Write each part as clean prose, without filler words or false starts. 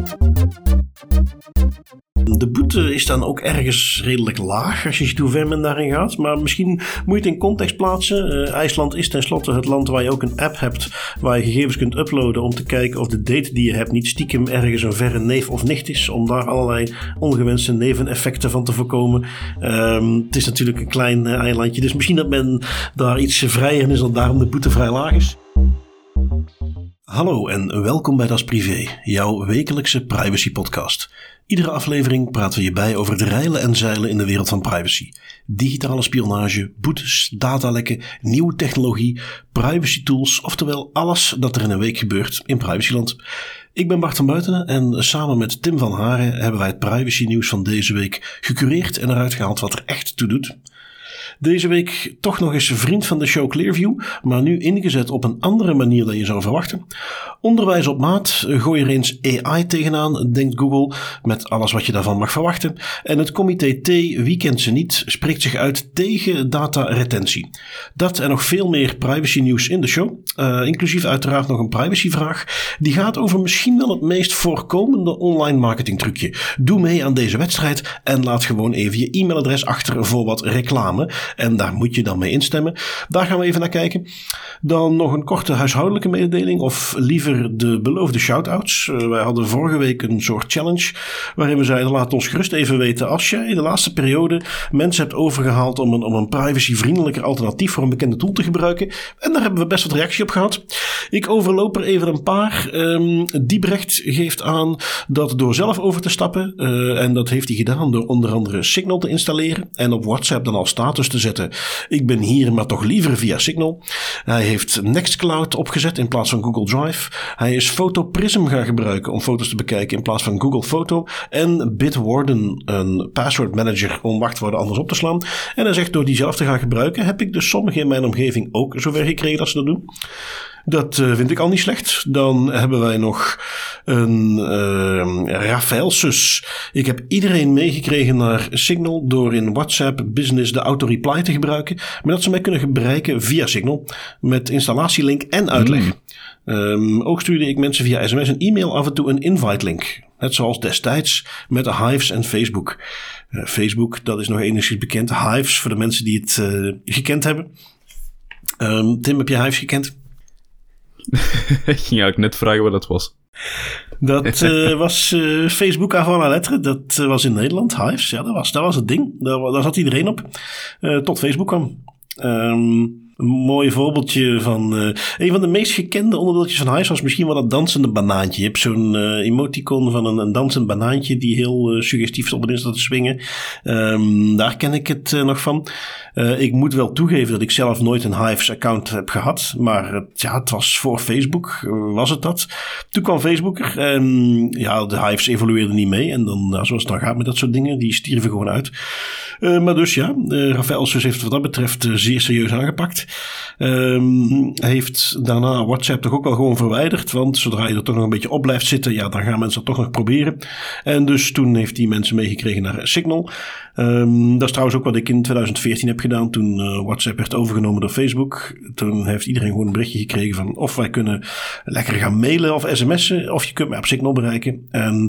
De boete is dan ook ergens redelijk laag als je ziet hoe ver men daarin gaat. Maar misschien moet je het in context plaatsen. IJsland is tenslotte het land waar je ook een app hebt waar je gegevens kunt uploaden om te kijken of de date die je hebt niet stiekem ergens een verre neef of nicht is. Om daar allerlei ongewenste neveneffecten van te voorkomen. Het is natuurlijk een klein eilandje, dus misschien dat men daar iets vrijer in is dan daarom de boete vrij laag is. Hallo en welkom bij Das Privé, jouw wekelijkse privacy podcast. Iedere aflevering praten we je bij over de reilen en zeilen in de wereld van privacy. Digitale spionage, boetes, datalekken, nieuwe technologie, privacy tools, oftewel alles dat er in een week gebeurt in privacyland. Ik ben Bart van Buitenen en samen met Tim van Haren hebben wij het privacy nieuws van deze week gecureerd en eruit gehaald wat er echt toe doet. Deze week toch nog eens vriend van de show Clearview, maar nu ingezet op een andere manier dan je zou verwachten. Onderwijs op maat, gooi er eens AI tegenaan, denkt Google, met alles wat je daarvan mag verwachten. En het comité T, wie kent ze niet, spreekt zich uit tegen dataretentie. Dat en nog veel meer privacy nieuws in de show, inclusief uiteraard nog een privacyvraag. Die gaat over misschien wel het meest voorkomende online marketing trucje. Doe mee aan deze wedstrijd en laat gewoon even je e-mailadres achter voor wat reclame. En daar moet je dan mee instemmen. Daar gaan we even naar kijken. Dan nog een korte huishoudelijke mededeling. Of liever de beloofde shout-outs. Wij hadden vorige week een soort challenge. Waarin we zeiden, laat ons gerust even weten. Als jij de laatste periode mensen hebt overgehaald om een privacyvriendelijker alternatief voor een bekende tool te gebruiken. En daar hebben we best wat reactie op gehad. Ik overloop er even een paar. Diebrecht geeft aan dat door zelf over te stappen. En dat heeft hij gedaan door onder andere Signal te installeren. En op WhatsApp dan als status te zetten. Ik ben hier, maar toch liever via Signal. Hij heeft Nextcloud opgezet in plaats van Google Drive. Hij is PhotoPrism gaan gebruiken om foto's te bekijken in plaats van Google Photo. En Bitwarden, een password manager om wachtwoorden anders op te slaan. En hij zegt, door die zelf te gaan gebruiken, heb ik dus sommigen in mijn omgeving ook zover gekregen dat ze dat doen. Dat vind ik al niet slecht. Dan hebben wij nog een Rafaelsus. Ik heb iedereen meegekregen naar Signal door in WhatsApp Business de auto-reply te gebruiken. Maar dat ze mij kunnen bereiken via Signal met installatielink en uitleg. Ook stuurde ik mensen via sms en e-mail af en toe een invite link. Net zoals destijds met de Hives en Facebook. Facebook, dat is nog enigszins bekend. Hives, voor de mensen die het gekend hebben. Tim, heb je Hives gekend? Ik ging eigenlijk net vragen wat dat was. Dat was Facebook avant la lettre. Dat was in Nederland. Hives, ja, dat was het ding. Daar zat iedereen op. Tot Facebook kwam. Een mooi voorbeeldje van een van de meest gekende onderdeeltjes van Hives was misschien wel dat dansende banaantje. Je hebt zo'n emoticon van een dansend banaantje die heel suggestief op en staat te swingen. Daar ken ik het nog van. Ik moet wel toegeven dat ik zelf nooit een Hives account heb gehad. Maar het was voor Facebook, was het dat. Toen kwam Facebook er en de Hives evolueerden niet mee. En dan, zoals het dan gaat met dat soort dingen, die stierven gewoon uit. Maar dus Rafaelsus heeft wat dat betreft zeer serieus aangepakt. Hij heeft daarna WhatsApp toch ook wel gewoon verwijderd. Want zodra je er toch nog een beetje op blijft zitten, dan gaan mensen dat toch nog proberen. En dus toen heeft hij mensen meegekregen naar Signal. Dat is trouwens ook wat ik in 2014 heb gedaan toen WhatsApp werd overgenomen door Facebook. Toen heeft iedereen gewoon een berichtje gekregen van of wij kunnen lekker gaan mailen of sms'en. Of je kunt mij op Signal bereiken. En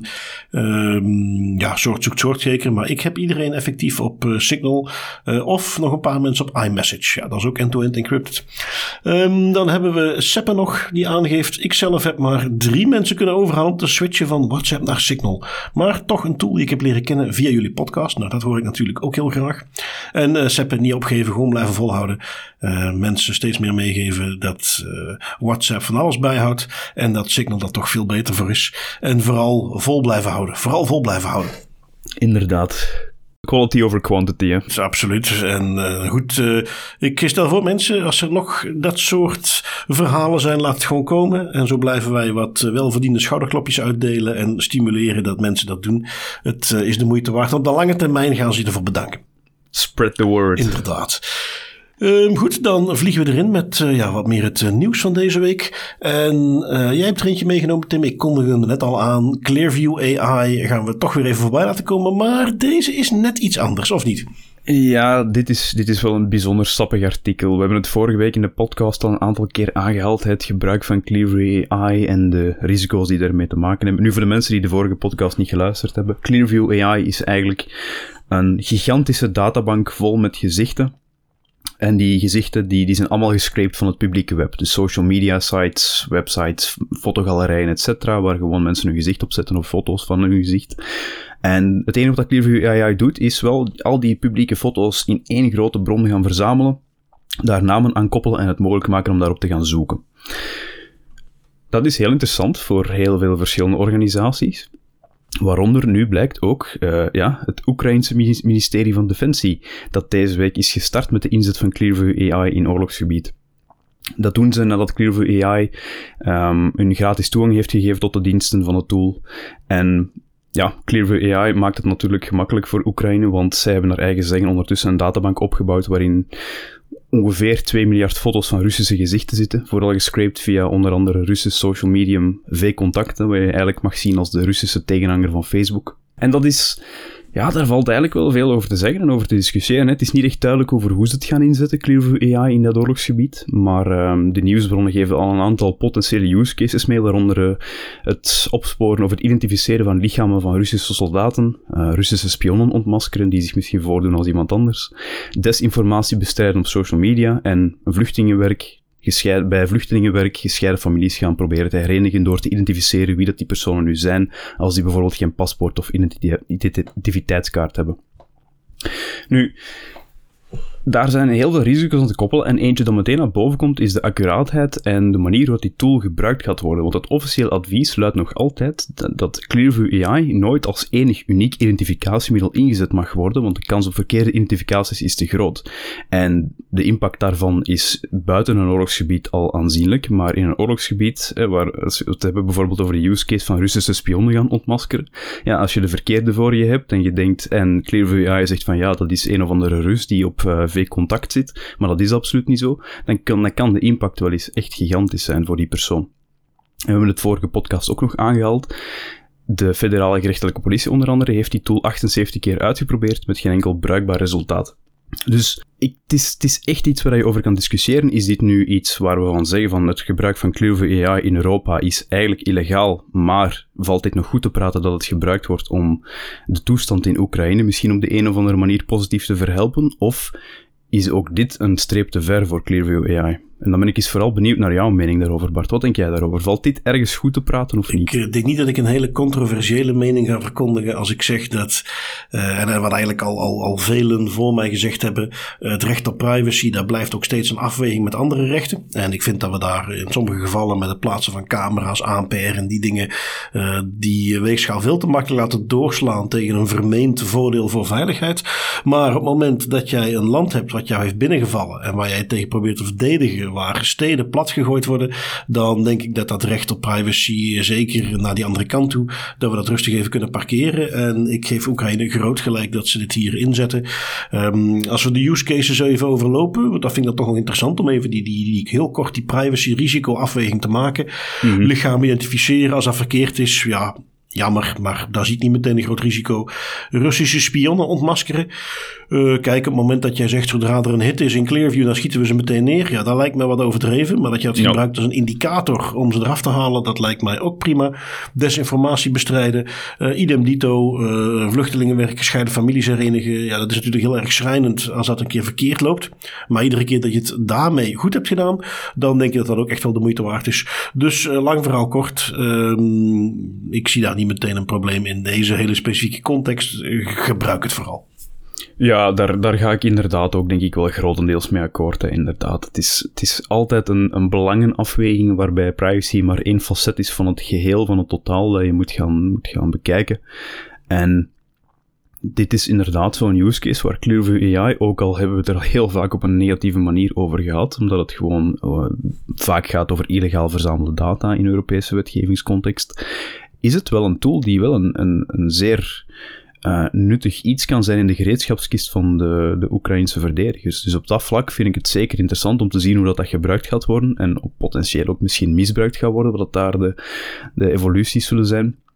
soort zoekt soort zeker. Maar ik heb iedereen effectief op Signal. Of nog een paar mensen op iMessage. Ja, dat is ook end-to-end encrypted. Dan hebben we Seppe nog die aangeeft. Ik zelf heb maar 3 mensen kunnen overhalen om te switchen van WhatsApp naar Signal. Maar toch een tool die ik heb leren kennen via jullie podcast. Nou, dat hoor ik natuurlijk ook heel graag. En Seppe niet opgeven, gewoon blijven volhouden. Mensen steeds meer meegeven dat WhatsApp van alles bijhoudt. En dat Signal dat toch veel beter voor is. En vooral vol blijven houden. Inderdaad. Quality over quantity, hè? Absoluut. En goed, ik stel voor mensen, als er nog dat soort verhalen zijn, laat het gewoon komen. En zo blijven wij wat welverdiende schouderklopjes uitdelen en stimuleren dat mensen dat doen. Het is de moeite waard. Op de lange termijn gaan ze je ervoor bedanken. Spread the word. Inderdaad. Goed, dan vliegen we erin met wat meer het nieuws van deze week. En jij hebt er eentje meegenomen, Tim. Ik kondigde hem net al aan. Clearview AI gaan we toch weer even voorbij laten komen. Maar deze is net iets anders, of niet? Ja, dit is wel een bijzonder sappig artikel. We hebben het vorige week in de podcast al een aantal keer aangehaald, het gebruik van Clearview AI en de risico's die daarmee te maken hebben. Nu, voor de mensen die de vorige podcast niet geluisterd hebben, Clearview AI is eigenlijk een gigantische databank vol met gezichten. En die gezichten die zijn allemaal gescraped van het publieke web. Dus social media sites, websites, fotogalerijen, etc. Waar gewoon mensen hun gezicht op zetten of foto's van hun gezicht. En het enige wat Clearview AI doet, is wel al die publieke foto's in één grote bron gaan verzamelen, daar namen aan koppelen en het mogelijk maken om daarop te gaan zoeken. Dat is heel interessant voor heel veel verschillende organisaties. Waaronder nu blijkt ook het Oekraïense ministerie van Defensie, dat deze week is gestart met de inzet van Clearview AI in oorlogsgebied. Dat doen ze nadat Clearview AI een gratis toegang heeft gegeven tot de diensten van het tool. En ja, Clearview AI maakt het natuurlijk gemakkelijk voor Oekraïne, want zij hebben naar eigen zeggen ondertussen een databank opgebouwd waarin ongeveer 2 miljard foto's van Russische gezichten zitten, vooral gescraped via onder andere Russisch social medium V-contacten, wat je eigenlijk mag zien als de Russische tegenhanger van Facebook. En dat is... Ja, daar valt eigenlijk wel veel over te zeggen en over te discussiëren. Het is niet echt duidelijk over hoe ze het gaan inzetten, Clearview AI, in dat oorlogsgebied. Maar de nieuwsbronnen geven al een aantal potentiële use cases mee, waaronder het opsporen of het identificeren van lichamen van Russische soldaten, Russische spionnen ontmaskeren die zich misschien voordoen als iemand anders, desinformatie bestrijden op social media en bij vluchtelingenwerk gescheiden families gaan proberen te herenigen door te identificeren wie dat die personen nu zijn, als die bijvoorbeeld geen paspoort of identiteitskaart hebben. Nu, daar zijn heel veel risico's aan te koppelen en eentje dat meteen naar boven komt is de accuraatheid en de manier waarop die tool gebruikt gaat worden. Want het officieel advies luidt nog altijd dat Clearview AI nooit als enig uniek identificatiemiddel ingezet mag worden, want de kans op verkeerde identificaties is te groot. En de impact daarvan is buiten een oorlogsgebied al aanzienlijk, maar in een oorlogsgebied, waar we het hebben bijvoorbeeld over de use case van Russische spionnen gaan ontmaskeren, ja, als je de verkeerde voor je hebt en je denkt, en Clearview AI zegt van ja, dat is een of andere Rus die op V-contact zit, maar dat is absoluut niet zo, dan kan de impact wel eens echt gigantisch zijn voor die persoon. En we hebben het vorige podcast ook nog aangehaald. De federale gerechtelijke politie onder andere heeft die tool 78 keer uitgeprobeerd met geen enkel bruikbaar resultaat. Dus het is echt iets waar je over kan discussiëren. Is dit nu iets waar we van zeggen van het gebruik van Clearview AI in Europa is eigenlijk illegaal, maar valt dit nog goed te praten dat het gebruikt wordt om de toestand in Oekraïne misschien op de een of andere manier positief te verhelpen? Of is ook dit een streep te ver voor Clearview AI? En dan ben ik eens vooral benieuwd naar jouw mening daarover. Bart, wat denk jij daarover? Valt dit ergens goed te praten of niet? Ik denk niet dat ik een hele controversiële mening ga verkondigen als ik zeg dat, en wat eigenlijk al velen voor mij gezegd hebben, het recht op privacy, dat blijft ook steeds een afweging met andere rechten. En ik vind dat we daar in sommige gevallen met het plaatsen van camera's, ANPR en die dingen, die weegschaal veel te makkelijk laten doorslaan tegen een vermeend voordeel voor veiligheid. Maar op het moment dat jij een land hebt wat jou heeft binnengevallen en waar jij tegen probeert te verdedigen, waar steden platgegooid worden, dan denk ik dat recht op privacy, zeker naar die andere kant toe, dat we dat rustig even kunnen parkeren. En ik geef Oekraïne groot gelijk dat ze dit hier inzetten. Als we de use cases even overlopen, dat vind ik dat toch wel interessant om even die heel kort die privacy risico-afweging te maken. Mm-hmm. Lichaam identificeren als dat verkeerd is, ja, jammer, maar daar ziet niet meteen een groot risico. Russische spionnen ontmaskeren. Kijk, op het moment dat jij zegt, zodra er een hit is in Clearview, dan schieten we ze meteen neer. Ja, dat lijkt mij wat overdreven. Maar dat je het gebruikt als een indicator om ze eraf te halen, dat lijkt mij ook prima. Desinformatie bestrijden. Idem dito. Vluchtelingenwerk, gescheiden families herenigen. Ja, dat is natuurlijk heel erg schrijnend als dat een keer verkeerd loopt. Maar iedere keer dat je het daarmee goed hebt gedaan, dan denk ik dat dat ook echt wel de moeite waard is. Dus lang verhaal kort. Ik zie daar niet meteen een probleem in deze hele specifieke context. Gebruik het vooral. Ja, daar ga ik inderdaad ook denk ik wel grotendeels mee akkoord. Hè. Inderdaad, het is altijd een belangenafweging waarbij privacy maar één facet is van het geheel, van het totaal dat je moet gaan bekijken. En dit is inderdaad zo'n use case waar Clearview AI, ook al hebben we het er al heel vaak op een negatieve manier over gehad, omdat het gewoon vaak gaat over illegaal verzamelde data in Europese wetgevingscontext, is het wel een tool die wel een zeer nuttig iets kan zijn in de gereedschapskist van de Oekraïnse verdedigers. Dus op dat vlak vind ik het zeker interessant om te zien hoe dat gebruikt gaat worden en potentieel ook misschien misbruikt gaat worden, wat daar de evoluties zullen zijn.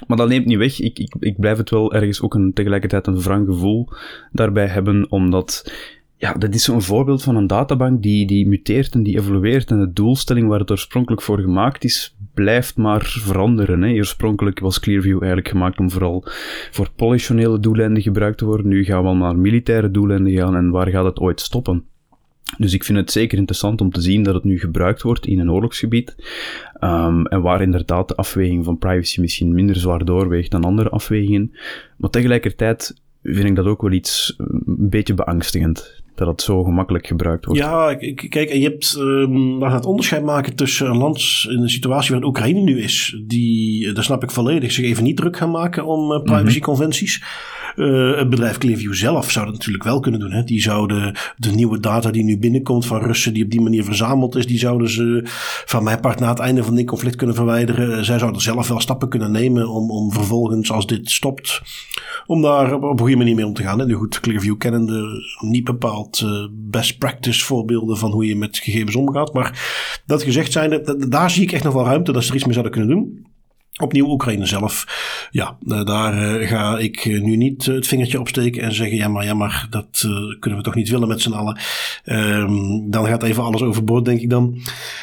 Maar dat neemt niet weg. Ik blijf het wel ergens ook tegelijkertijd een wrang gevoel daarbij hebben, omdat... Ja, dat is zo'n voorbeeld van een databank die muteert en die evolueert en de doelstelling waar het oorspronkelijk voor gemaakt is, blijft maar veranderen. Hè. Oorspronkelijk was Clearview eigenlijk gemaakt om vooral voor politionele doeleinden gebruikt te worden. Nu gaan we al naar militaire doeleinden gaan en waar gaat het ooit stoppen? Dus ik vind het zeker interessant om te zien dat het nu gebruikt wordt in een oorlogsgebied. En waar inderdaad de afweging van privacy misschien minder zwaar doorweegt dan andere afwegingen. Maar tegelijkertijd vind ik dat ook wel iets een beetje beangstigend. Dat het zo gemakkelijk gebruikt wordt. Ja, kijk, en je hebt daar het onderscheid maken tussen een land in de situatie waar Oekraïne nu is. Daar snap ik volledig, zich even niet druk gaan maken om privacyconventies. Het bedrijf Clearview zelf zou dat natuurlijk wel kunnen doen. Hè. Die zouden de nieuwe data die nu binnenkomt van Russen, die op die manier verzameld is, die zouden ze van mijn part na het einde van dit conflict kunnen verwijderen. Zij zouden zelf wel stappen kunnen nemen om vervolgens, als dit stopt, om daar op een goede manier mee om te gaan. Hè. Nu goed, Clearview kennende niet bepaald best practice voorbeelden van hoe je met gegevens omgaat. Maar dat gezegd zijnde, daar zie ik echt nog wel ruimte dat ze er iets mee zouden kunnen doen. Opnieuw Oekraïne zelf. Ja, daar ga ik nu niet het vingertje opsteken en zeggen, ja maar dat kunnen we toch niet willen met z'n allen. Dan gaat even alles overboord, denk ik dan.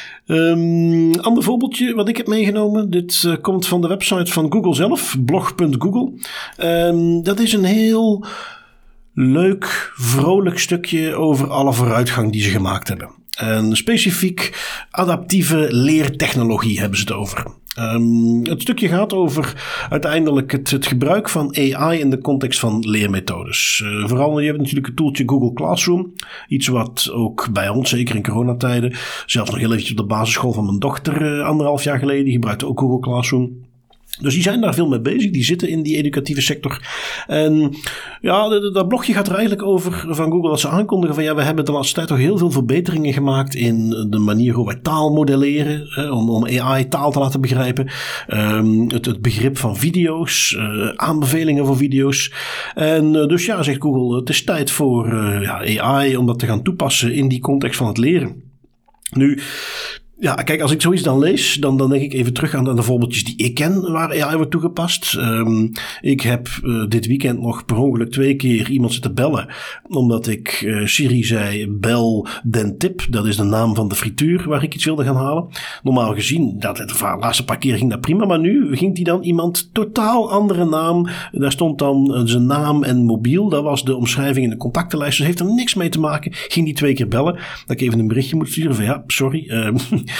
Ander voorbeeldje wat ik heb meegenomen. Dit komt van de website van Google zelf, blog.google. Dat is een heel leuk, vrolijk stukje over alle vooruitgang die ze gemaakt hebben. En specifiek adaptieve leertechnologie hebben ze het over. Het stukje gaat over uiteindelijk het gebruik van AI in de context van leermethodes. Vooral, je hebt natuurlijk het toeltje Google Classroom. Iets wat ook bij ons, zeker in coronatijden, zelfs nog heel eventjes op de basisschool van mijn dochter 1,5 jaar geleden, die gebruikte ook Google Classroom. Dus die zijn daar veel mee bezig. Die zitten in die educatieve sector. En ja, dat blogje gaat er eigenlijk over van Google dat ze aankondigen van ja, we hebben de laatste tijd toch heel veel verbeteringen gemaakt in de manier hoe wij taal modelleren. Om AI taal te laten begrijpen. Het begrip van video's. Aanbevelingen voor video's. En dus ja, zegt Google, het is tijd voor AI om dat te gaan toepassen in die context van het leren. Nu... Ja, kijk, als ik zoiets dan lees, dan denk ik even terug aan de voorbeeldjes die ik ken waar AI wordt toegepast. Ik heb dit weekend nog per ongeluk 2 keer iemand zitten bellen, omdat ik Siri zei, bel Den Tip. Dat is de naam van de frituur waar ik iets wilde gaan halen. Normaal gezien, de laatste paar keer ging dat prima, maar nu ging die dan iemand totaal andere naam. Daar stond dan zijn naam en mobiel. Dat was de omschrijving in de contactenlijst. Dus heeft er niks mee te maken. Ging die 2 keer bellen. Dat ik even een berichtje moet sturen van ja, sorry.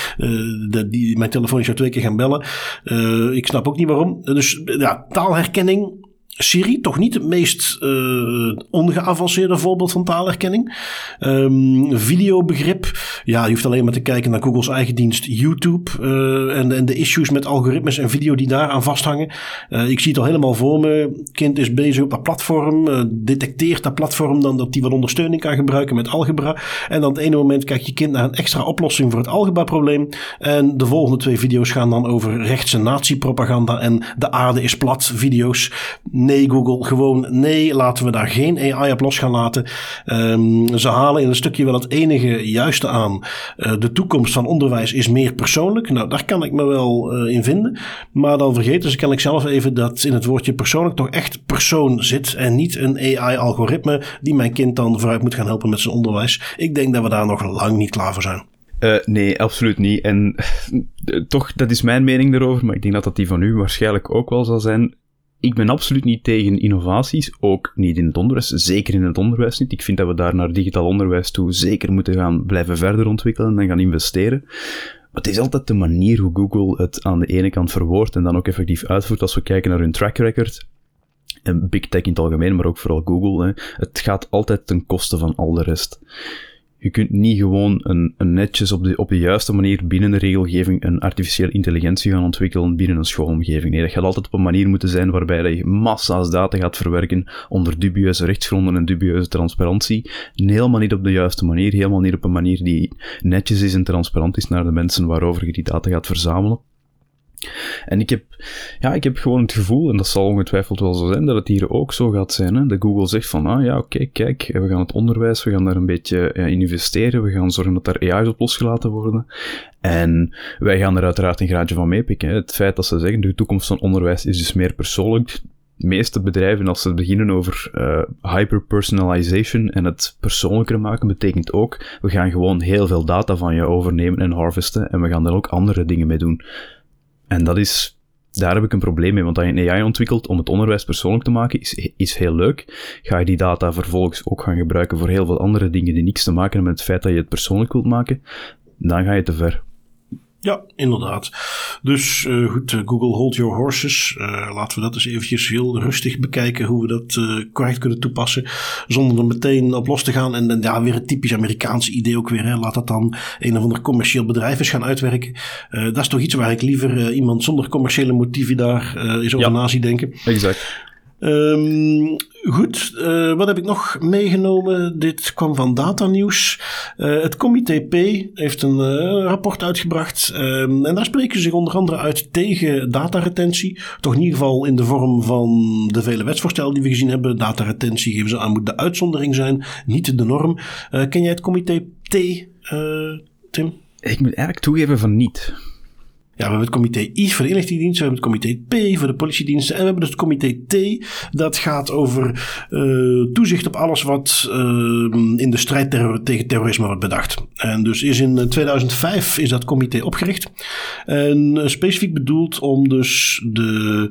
Mijn telefoon is jou 2 keer gaan bellen. Ik snap ook niet waarom. Dus ja, taalherkenning. Siri, toch niet het meest ongeavanceerde voorbeeld van taalherkenning. Videobegrip. Ja, je hoeft alleen maar te kijken naar Google's eigen dienst YouTube. En de issues met algoritmes en video die daaraan vasthangen. Ik zie het al helemaal voor me. Kind is bezig op dat platform. Detecteert dat platform dan dat die wat ondersteuning kan gebruiken met algebra. En dan op het ene moment kijkt je kind naar een extra oplossing voor het algebra probleem. En de volgende 2 video's gaan dan over rechtse nazi-propaganda en de aarde is plat video's. Nee, Google, gewoon nee, laten we daar geen AI op los gaan laten. Ze halen in een stukje wel het enige juiste aan. De toekomst van onderwijs is meer persoonlijk. Nou, daar kan ik me wel in vinden. Maar dan vergeten ze kennelijk zelf even dat in het woordje persoonlijk toch echt persoon zit. En niet een AI-algoritme die mijn kind dan vooruit moet gaan helpen met zijn onderwijs. Ik denk dat we daar nog lang niet klaar voor zijn. Nee, absoluut niet. En toch, dat is mijn mening daarover. Maar ik denk dat die van u waarschijnlijk ook wel zal zijn. Ik ben absoluut niet tegen innovaties, ook niet in het onderwijs, zeker in het onderwijs niet. Ik vind dat we daar naar digitaal onderwijs toe zeker moeten gaan blijven verder ontwikkelen en gaan investeren. Maar het is altijd de manier hoe Google het aan de ene kant verwoordt en dan ook effectief uitvoert als we kijken naar hun track record. En Big Tech in het algemeen, maar ook vooral Google. Hè. Het gaat altijd ten koste van al de rest. Je kunt niet gewoon een netjes op de juiste manier binnen de regelgeving een artificiële intelligentie gaan ontwikkelen binnen een schoolomgeving. Nee, dat gaat altijd op een manier moeten zijn waarbij je massa's data gaat verwerken onder dubieuze rechtsgronden en dubieuze transparantie. Helemaal niet op de juiste manier, helemaal niet op een manier die netjes is en transparant is naar de mensen waarover je die data gaat verzamelen. En ik heb gewoon het gevoel, en dat zal ongetwijfeld wel zo zijn, dat het hier ook zo gaat zijn. Hè? Dat Google zegt van, oké, kijk, we gaan het onderwijs, we gaan daar een beetje in investeren, we gaan zorgen dat daar AI's op losgelaten worden. En wij gaan er uiteraard een graadje van meepikken. Hè? Het feit dat ze zeggen, de toekomst van onderwijs is dus meer persoonlijk. De meeste bedrijven, als ze beginnen over hyperpersonalization en het persoonlijker maken, betekent ook, we gaan gewoon heel veel data van je overnemen en harvesten, en we gaan daar ook andere dingen mee doen. En daar heb ik een probleem mee, want als je een AI ontwikkelt om het onderwijs persoonlijk te maken, is heel leuk. Ga je die data vervolgens ook gaan gebruiken voor heel veel andere dingen die niks te maken hebben met het feit dat je het persoonlijk wilt maken, dan ga je te ver. Ja, inderdaad. Dus goed, Google hold your horses. Laten we dat eens eventjes heel rustig bekijken hoe we dat correct kunnen toepassen. Zonder er meteen op los te gaan. En weer het typisch Amerikaanse idee ook weer. Hè. Laat dat dan een of ander commercieel bedrijf eens gaan uitwerken. Dat is toch iets waar ik liever iemand zonder commerciële motieven daar eens over na zie denken. Exact. Goed, wat heb ik nog meegenomen? Dit kwam van Datanieuws. Het Comité P heeft een rapport uitgebracht. En daar spreken ze zich onder andere uit tegen dataretentie. Toch in ieder geval in de vorm van de vele wetsvoorstellen die we gezien hebben. Dataretentie geven ze aan moet de uitzondering zijn, niet de norm. Ken jij het Comité T, Tim? Ik moet eigenlijk toegeven van niet. Ja, we hebben het comité I voor de inlichtingendiensten, we hebben het comité P voor de politiediensten en we hebben dus het comité T. Dat gaat over toezicht op alles wat in de strijd tegen terrorisme wordt bedacht. En dus is in 2005 is dat comité opgericht. En specifiek bedoeld om dus de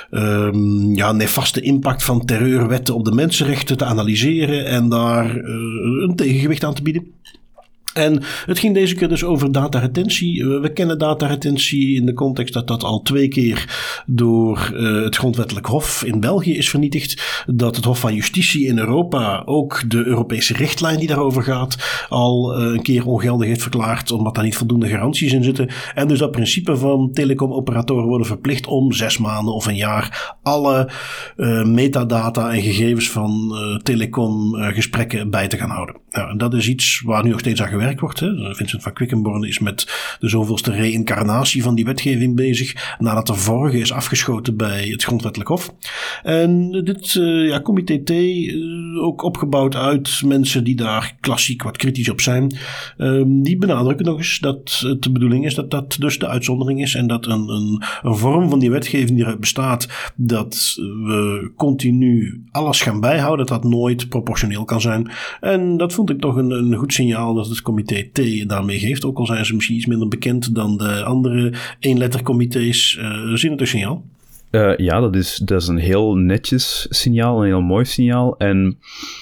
nefaste impact van terreurwetten op de mensenrechten te analyseren en daar een tegengewicht aan te bieden. En het ging deze keer dus over dataretentie. We kennen dataretentie in de context dat dat al 2 keer door het Grondwettelijk Hof in België is vernietigd. Dat het Hof van Justitie in Europa ook de Europese richtlijn die daarover gaat al een keer ongeldig heeft verklaard omdat daar niet voldoende garanties in zitten. En dus dat principe van telecomoperatoren worden verplicht om 6 maanden of een jaar alle metadata en gegevens van telecomgesprekken bij te gaan houden. Nou, en dat is iets waar nu nog steeds aan gewerkt wordt. Hè. Vincent van Quickenborne is met de zoveelste reïncarnatie van die wetgeving bezig, nadat de vorige is afgeschoten bij het Grondwettelijk Hof. En dit comité T, ook opgebouwd uit mensen die daar klassiek wat kritisch op zijn, die benadrukken nog eens dat het de bedoeling is dat dat dus de uitzondering is en dat een vorm van die wetgeving die eruit bestaat, dat we continu alles gaan bijhouden, dat dat nooit proportioneel kan zijn. En dat vond ik toch een goed signaal dat het comité T daarmee geeft. Ook al zijn ze misschien iets minder bekend dan de andere eenlettercomité's. Zie het een signaal? Dat is een heel netjes signaal, een heel mooi signaal. En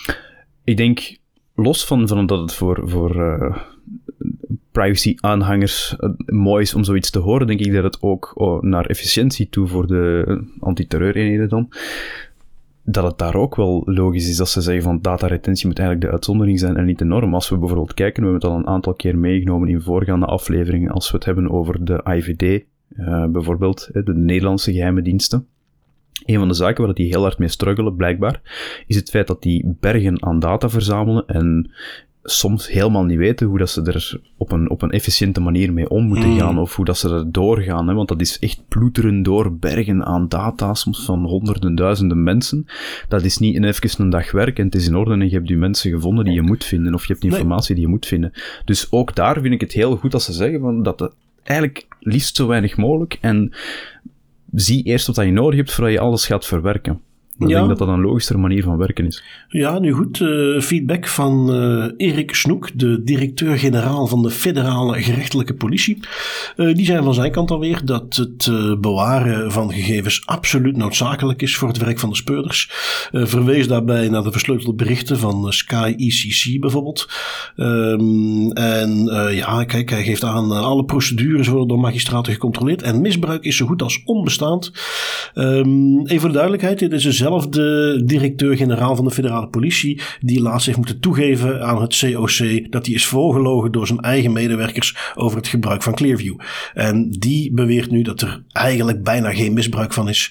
ik denk, los van dat het voor privacy-aanhangers mooi is om zoiets te horen, denk ik dat het ook naar efficiëntie toe voor de antiterreureenheden dan, dat het daar ook wel logisch is dat ze zeggen van dataretentie moet eigenlijk de uitzondering zijn en niet de norm. Als we bijvoorbeeld kijken, we hebben het al een aantal keer meegenomen in voorgaande afleveringen, als we het hebben over de IVD, bijvoorbeeld, de Nederlandse geheime diensten. Een van de zaken waar die heel hard mee struggelen, blijkbaar, is het feit dat die bergen aan data verzamelen en soms helemaal niet weten hoe dat ze er op een efficiënte manier mee om moeten gaan, of hoe dat ze er doorgaan, hè? Want dat is echt ploeteren door bergen aan data, soms van honderden, duizenden mensen. Dat is niet in even een dag werk en het is in orde en je hebt die mensen gevonden die je moet vinden, of je hebt informatie die je moet vinden. Dus ook daar vind ik het heel goed als ze zeggen van dat het eigenlijk liefst zo weinig mogelijk en zie eerst wat je nodig hebt voordat je alles gaat verwerken. Ik denk dat dat een logischere manier van werken is. Ja, nu goed. Feedback van Erik Snoek, de directeur-generaal van de federale gerechtelijke politie. Die zei van zijn kant alweer dat het bewaren van gegevens absoluut noodzakelijk is voor het werk van de speurders. Verwees daarbij naar de versleutelde berichten van Sky ECC bijvoorbeeld. Kijk, hij geeft aan alle procedures worden door magistraten gecontroleerd en misbruik is zo goed als onbestaand. Even voor de duidelijkheid, dit is dezelfde directeur-generaal van de federale politie die laatst heeft moeten toegeven aan het COC dat hij is voorgelogen door zijn eigen medewerkers over het gebruik van Clearview. En die beweert nu dat er eigenlijk bijna geen misbruik van is.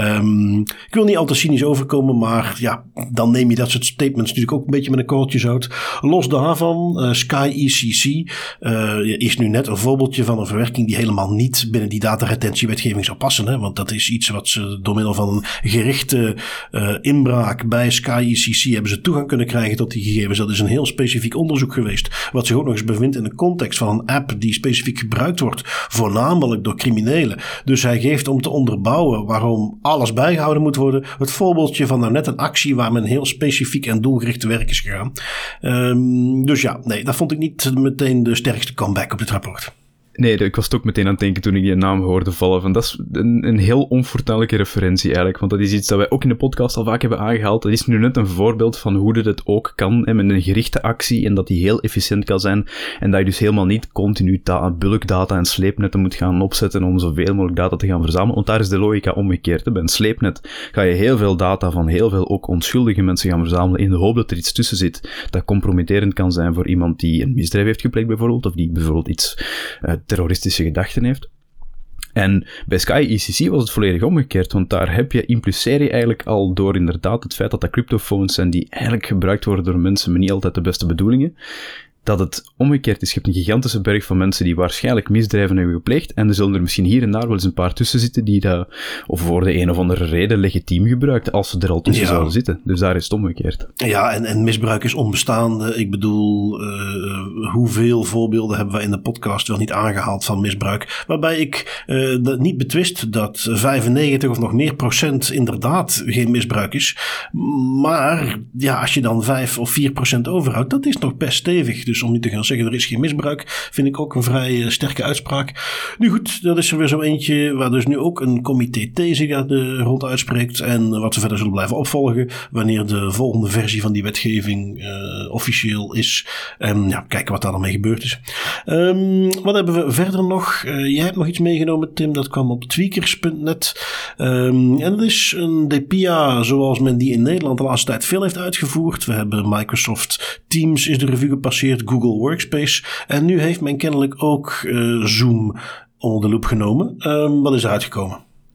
Ik wil niet al te cynisch overkomen, maar ja, dan neem je dat soort statements natuurlijk ook een beetje met een korreltje zout. Los daarvan, Sky ECC is nu net een voorbeeldje van een verwerking die helemaal niet binnen die dataretentiewetgeving zou passen. Hè? Want dat is iets wat ze door middel van een gerichte inbraak bij Sky ECC hebben ze toegang kunnen krijgen tot die gegevens. Dat is een heel specifiek onderzoek geweest, wat zich ook nog eens bevindt in de context van een app die specifiek gebruikt wordt, voornamelijk door criminelen. Dus hij geeft om te onderbouwen waarom alles bijgehouden moet worden, het voorbeeldje van nou net een actie waar men heel specifiek en doelgericht te werk is gegaan. Dus ja, nee, dat vond ik niet meteen de sterkste comeback op dit rapport. Nee, ik was het ook meteen aan het denken toen ik die naam hoorde vallen. Van, dat is een heel onfortuinlijke referentie eigenlijk. Want dat is iets dat wij ook in de podcast al vaak hebben aangehaald. Dat is nu net een voorbeeld van hoe dat het ook kan. Met een gerichte actie en dat die heel efficiënt kan zijn. En dat je dus helemaal niet continu bulkdata en sleepnetten moet gaan opzetten om zoveel mogelijk data te gaan verzamelen. Want daar is de logica omgekeerd. Bij een sleepnet ga je heel veel data van heel veel ook onschuldige mensen gaan verzamelen in de hoop dat er iets tussen zit dat compromitterend kan zijn voor iemand die een misdrijf heeft gepleegd bijvoorbeeld. Of die bijvoorbeeld iets terroristische gedachten heeft. En bij Sky ECC was het volledig omgekeerd, want daar impliceer je eigenlijk al door inderdaad het feit dat cryptofoons zijn die eigenlijk gebruikt worden door mensen met niet altijd de beste bedoelingen, dat het omgekeerd is. Je hebt een gigantische berg van mensen die waarschijnlijk misdrijven hebben gepleegd en er zullen er misschien hier en daar wel eens een paar tussen zitten die dat, of voor de een of andere reden, legitiem gebruikt, als ze er al tussen zouden zitten. Dus daar is het omgekeerd. Ja, en misbruik is onbestaande. Ik bedoel, hoeveel voorbeelden hebben we in de podcast wel niet aangehaald van misbruik, waarbij ik niet betwist dat 95 of nog meer procent inderdaad geen misbruik is. Maar ja, als je dan 5 of 4% overhoudt, dat is nog best stevig. Dus om niet te gaan zeggen er is geen misbruik, vind ik ook een vrij sterke uitspraak. Nu goed, dat is er weer zo eentje waar dus nu ook een comité T zich rond uitspreekt en wat we verder zullen blijven opvolgen wanneer de volgende versie van die wetgeving officieel is. En ja, kijken wat daar dan mee gebeurd is. Wat hebben we verder nog? Jij hebt nog iets meegenomen, Tim, dat kwam op tweakers.net. En dat is een DPIA zoals men die in Nederland de laatste tijd veel heeft uitgevoerd. We hebben Microsoft Teams is de revue gepasseerd, Google Workspace. En nu heeft men kennelijk ook Zoom onder de loep genomen. Wat is eruit gekomen?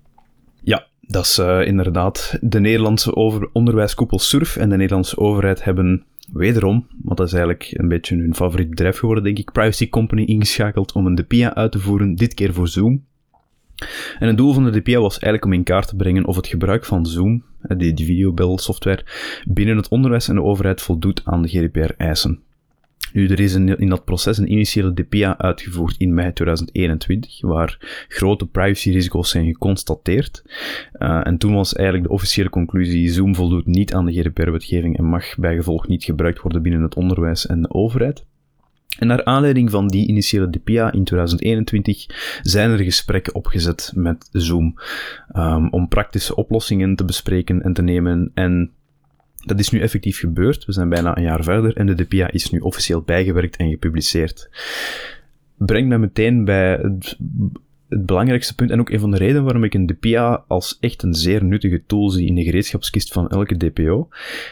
Ja, dat is inderdaad de Nederlandse onderwijskoepel SURF en de Nederlandse overheid hebben wederom, want dat is eigenlijk een beetje hun favoriet bedrijf geworden, denk ik, Privacy Company ingeschakeld om een DPIA uit te voeren, dit keer voor Zoom. En het doel van de DPIA was eigenlijk om in kaart te brengen of het gebruik van Zoom, die videobelsoftware, binnen het onderwijs en de overheid voldoet aan de GDPR-eisen. Nu, er is in dat proces een initiële DPIA uitgevoerd in mei 2021, waar grote privacyrisico's zijn geconstateerd. En toen was eigenlijk de officiële conclusie: Zoom voldoet niet aan de GDPR-wetgeving en mag bijgevolg niet gebruikt worden binnen het onderwijs en de overheid. En naar aanleiding van die initiële DPIA in 2021 zijn er gesprekken opgezet met Zoom om praktische oplossingen te bespreken en te nemen. En dat is nu effectief gebeurd. We zijn bijna een jaar verder en de DPIA is nu officieel bijgewerkt en gepubliceerd. Brengt mij meteen bij het belangrijkste punt en ook een van de redenen waarom ik een DPIA als echt een zeer nuttige tool zie in de gereedschapskist van elke DPO.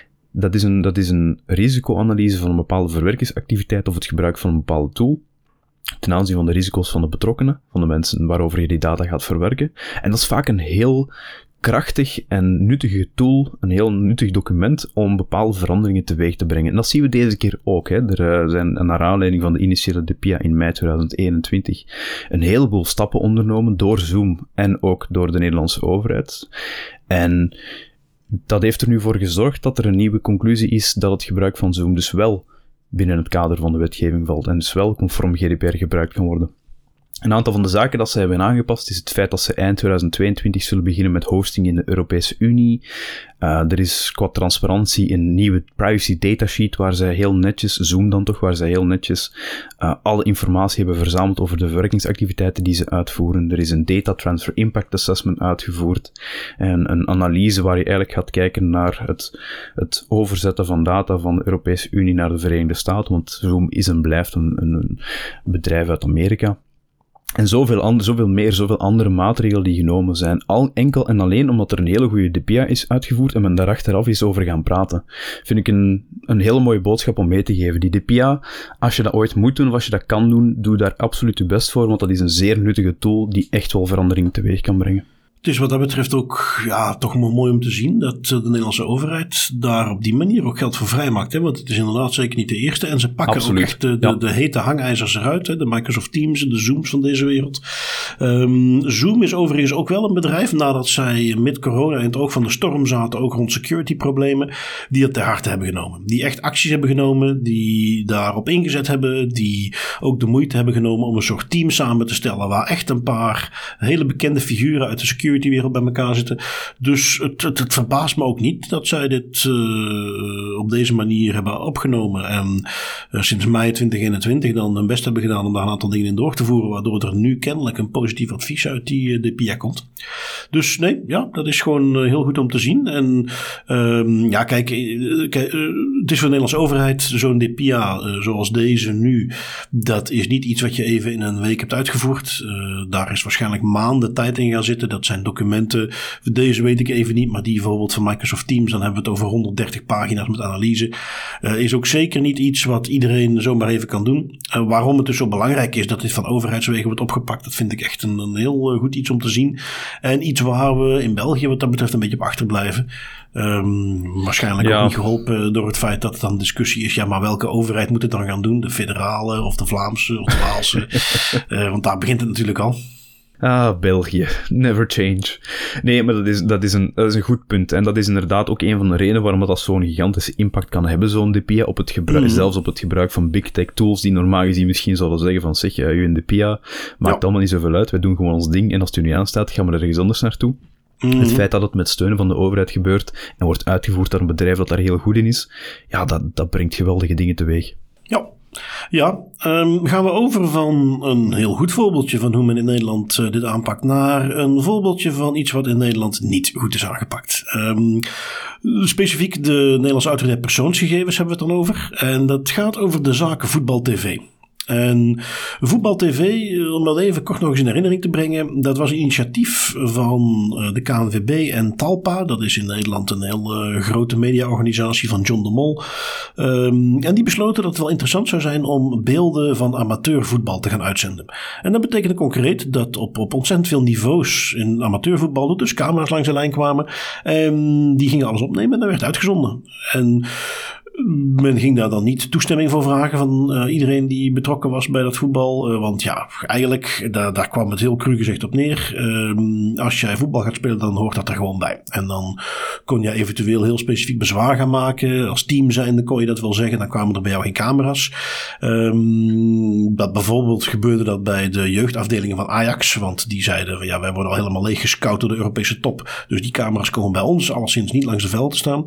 Dat is een risicoanalyse van een bepaalde verwerkingsactiviteit of het gebruik van een bepaalde tool ten aanzien van de risico's van de betrokkenen, van de mensen waarover je die data gaat verwerken. En dat is vaak een heel krachtig en nuttige tool, een heel nuttig document om bepaalde veranderingen teweeg te brengen. En dat zien we deze keer ook. Er zijn naar aanleiding van de initiële DPIA in mei 2021 een heleboel stappen ondernomen door Zoom en ook door de Nederlandse overheid. En dat heeft er nu voor gezorgd dat er een nieuwe conclusie is dat het gebruik van Zoom dus wel binnen het kader van de wetgeving valt en dus wel conform GDPR gebruikt kan worden. Een aantal van de zaken dat ze hebben aangepast is het feit dat ze eind 2022 zullen beginnen met hosting in de Europese Unie. Er is qua transparantie een nieuwe privacy datasheet waar zij heel netjes, Zoom dan toch, waar zij heel netjes alle informatie hebben verzameld over de verwerkingsactiviteiten die ze uitvoeren. Er is een data transfer impact assessment uitgevoerd en een analyse waar je eigenlijk gaat kijken naar het overzetten van data van de Europese Unie naar de Verenigde Staten, want Zoom is en blijft een bedrijf uit Amerika. En zoveel meer, zoveel andere maatregelen die genomen zijn. Enkel en alleen omdat er een hele goede DPIA is uitgevoerd en men daar achteraf is over gaan praten. Vind ik een hele mooie boodschap om mee te geven. Die DPIA, als je dat ooit moet doen of als je dat kan doen, doe daar absoluut je best voor, want dat is een zeer nuttige tool die echt wel verandering teweeg kan brengen. Het is wat dat betreft ook toch mooi om te zien dat de Nederlandse overheid daar op die manier ook geld voor vrijmaakt. Hè? Want het is inderdaad zeker niet de eerste. En ze pakken ook echt de hete hangijzers eruit. Hè? De Microsoft Teams en de Zooms van deze wereld. Zoom is overigens ook wel een bedrijf, nadat zij met corona in het oog van de storm zaten, ook rond security problemen, die het ter harte hebben genomen. Die echt acties hebben genomen, die daarop ingezet hebben, die ook de moeite hebben genomen om een soort team samen te stellen, waar echt een paar hele bekende figuren uit de security wereld bij elkaar zitten. Dus het verbaast me ook niet dat zij dit op deze manier hebben opgenomen. En sinds mei 2021 dan hun best hebben gedaan om daar een aantal dingen in door te voeren, waardoor er nu kennelijk een positief advies uit die DPIA komt. Dus nee, dat is gewoon heel goed om te zien. En kijk, het is voor de Nederlandse overheid zo'n DPIA zoals deze nu, dat is niet iets wat je even in een week hebt uitgevoerd. Daar is waarschijnlijk maanden tijd in gaan zitten. Dat zijn documenten, deze weet ik even niet, maar die bijvoorbeeld van Microsoft Teams, dan hebben we het over 130 pagina's met analyse. Is ook zeker niet iets wat iedereen zomaar even kan doen. Waarom het dus zo belangrijk is dat dit van overheidswegen wordt opgepakt, dat vind ik echt een heel goed iets om te zien. En iets waar we in België wat dat betreft een beetje op achterblijven. Waarschijnlijk ook niet geholpen door het feit dat het dan discussie is, maar welke overheid moet het dan gaan doen? De federale of de Vlaamse of de Waalse? Want daar begint het natuurlijk al. België. Never change. Nee, maar dat is een goed punt. En dat is inderdaad ook een van de redenen waarom dat zo'n gigantische impact kan hebben, zo'n DPIA, op het gebruik, zelfs op het gebruik van big tech tools, die normaal gezien misschien zouden zeggen van, zeg, uw DPIA maakt allemaal niet zoveel uit, wij doen gewoon ons ding, en als het u niet aanstaat, gaan we er ergens anders naartoe. Het feit dat het met steun van de overheid gebeurt en wordt uitgevoerd door een bedrijf dat daar heel goed in is, dat brengt geweldige dingen teweeg. Gaan we over van een heel goed voorbeeldje van hoe men in Nederland dit aanpakt naar een voorbeeldje van iets wat in Nederland niet goed is aangepakt. Specifiek de Nederlandse Autoriteit Persoonsgegevens hebben we het dan over. En dat gaat over de zaak Voetbal TV. En Voetbal TV, om dat even kort nog eens in herinnering te brengen, dat was een initiatief van de KNVB en Talpa. Dat is in Nederland een heel grote mediaorganisatie van John de Mol. En die besloten dat het wel interessant zou zijn om beelden van amateurvoetbal te gaan uitzenden. En dat betekende concreet dat op ontzettend veel niveaus in amateurvoetbal er dus camera's langs de lijn kwamen. En die gingen alles opnemen en dat werd uitgezonden. En men ging daar dan niet toestemming voor vragen van iedereen die betrokken was bij dat voetbal. Want eigenlijk, daar kwam het heel cru gezegd op neer. Als jij voetbal gaat spelen, dan hoort dat er gewoon bij. En dan kon je eventueel heel specifiek bezwaar gaan maken. Als team zijnde kon je dat wel zeggen. Dan kwamen er bij jou geen camera's. Dat bijvoorbeeld gebeurde dat bij de jeugdafdelingen van Ajax. Want die zeiden van wij worden al helemaal leeg gescout door de Europese top. Dus die camera's komen bij ons alleszins niet langs de veld te staan.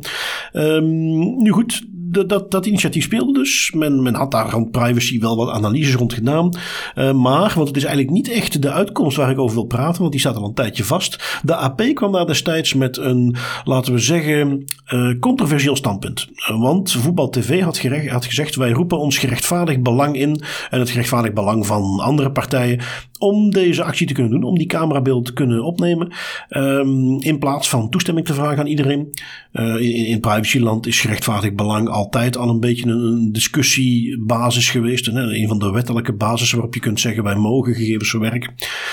Nu goed. Dat initiatief speelde dus. Men had daar rond privacy wel wat analyses rond gedaan. Maar, want het is eigenlijk niet echt de uitkomst waar ik over wil praten, want die staat al een tijdje vast. De AP kwam daar destijds met een, laten we zeggen, controversieel standpunt. Want Voetbal TV had gezegd, wij roepen ons gerechtvaardigd belang in en het gerechtvaardigd belang van andere partijen om deze actie te kunnen doen, om die camerabeelden te kunnen opnemen, in plaats van toestemming te vragen aan iedereen. In privacyland is gerechtvaardigd belang altijd al een beetje een discussiebasis geweest. Een van de wettelijke basis waarop je kunt zeggen wij mogen gegevens verwerken.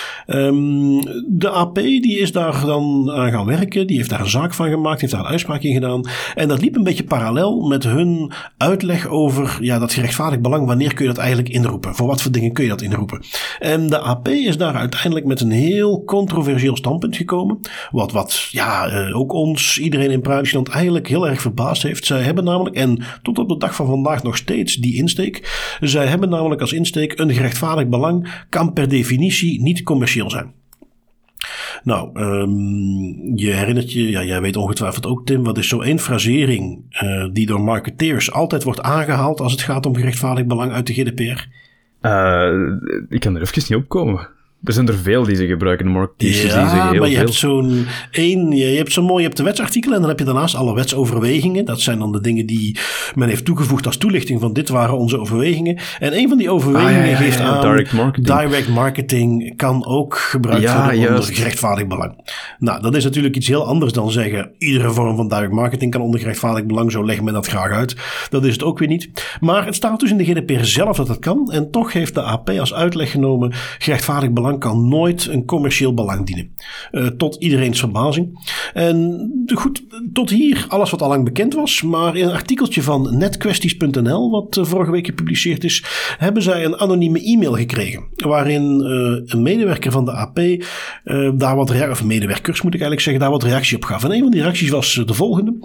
De AP die is daar dan aan gaan werken. Die heeft daar een zaak van gemaakt. Heeft daar een uitspraak in gedaan. En dat liep een beetje parallel met hun uitleg over dat gerechtvaardigd belang. Wanneer kun je dat eigenlijk inroepen? Voor wat voor dingen kun je dat inroepen? En de AP is daar uiteindelijk met een heel controversieel standpunt gekomen. Wat ook iedereen in privacyland eigenlijk heel erg verbaasd heeft. Zij hebben namelijk, en tot op de dag van vandaag nog steeds die insteek. Zij hebben namelijk als insteek een gerechtvaardigd belang kan per definitie niet commercieel zijn. Nou, je herinnert je, jij weet ongetwijfeld ook Tim, wat is zo één frasering die door marketeers altijd wordt aangehaald als het gaat om gerechtvaardigd belang uit de GDPR? Ik kan er even niet opkomen. Er zijn er veel die ze gebruiken, marketeers die zeggen heel maar je veel. Je hebt de wetsartikelen en dan heb je daarnaast alle wetsoverwegingen. Dat zijn dan de dingen die men heeft toegevoegd als toelichting van dit waren onze overwegingen. En een van die overwegingen geeft aan direct marketing kan ook gebruikt worden onder gerechtvaardigd belang. Nou, dat is natuurlijk iets heel anders dan zeggen iedere vorm van direct marketing kan onder gerechtvaardigd belang. Zo legt men dat graag uit. Dat is het ook weer niet. Maar het staat dus in de GDPR zelf dat kan. En toch heeft de AP als uitleg genomen gerechtvaardigd belang kan nooit een commercieel belang dienen. Tot iedereen's verbazing. En goed, tot hier alles wat al lang bekend was. Maar in een artikeltje van netkwesties.nl, wat vorige week gepubliceerd is, hebben zij een anonieme e-mail gekregen. Waarin een medewerker van de AP daar wat medewerkers moet ik eigenlijk zeggen, daar wat reactie op gaf. En een van die reacties was de volgende.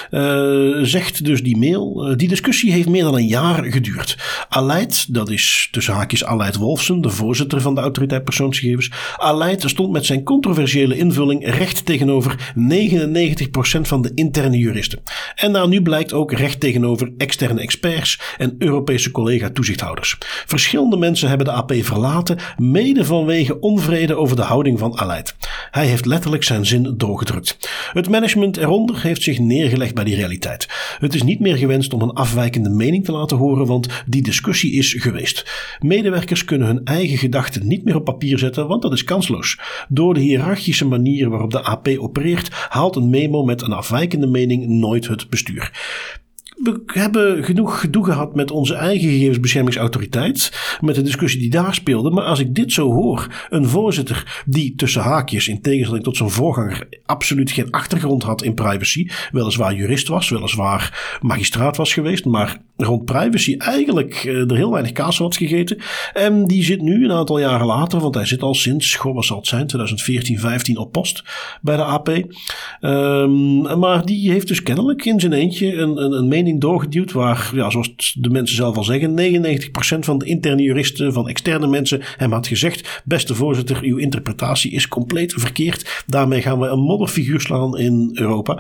Zegt dus die mail, die discussie heeft meer dan een jaar geduurd. Aleid, dat is tussen haakjes Aleid Wolfsen, de voorzitter van de autoriteit persoonsgegevens. Aleid stond met zijn controversiële invulling recht tegenover 99% van de interne juristen. En daar nu blijkt ook recht tegenover externe experts en Europese collega-toezichthouders. Verschillende mensen hebben de AP verlaten, mede vanwege onvrede over de houding van Aleid. Hij heeft letterlijk zijn zin doorgedrukt. Het management eronder heeft zich neergelegd bij die realiteit. Het is niet meer gewenst om een afwijkende mening te laten horen, want die discussie is geweest. Medewerkers kunnen hun eigen gedachten niet meer op papier zetten, want dat is kansloos. Door de hiërarchische manier waarop de AP opereert, haalt een memo met een afwijkende mening nooit het bestuur. We hebben genoeg gedoe gehad met onze eigen gegevensbeschermingsautoriteit, met de discussie die daar speelde. Maar als ik dit zo hoor, een voorzitter die tussen haakjes, in tegenstelling tot zijn voorganger, absoluut geen achtergrond had in privacy, weliswaar jurist was, weliswaar magistraat was geweest, maar rond privacy eigenlijk er heel weinig kaas had gegeten. En die zit nu een aantal jaren later, want hij zit al sinds, wat zal het zijn, 2014, 15 op post bij de AP. Maar die heeft dus kennelijk in zijn eentje een mening doorgeduwd waar, zoals de mensen zelf al zeggen, 99% van de interne juristen, van externe mensen hem had gezegd, beste voorzitter, uw interpretatie is compleet verkeerd. Daarmee gaan we een modderfiguur slaan in Europa.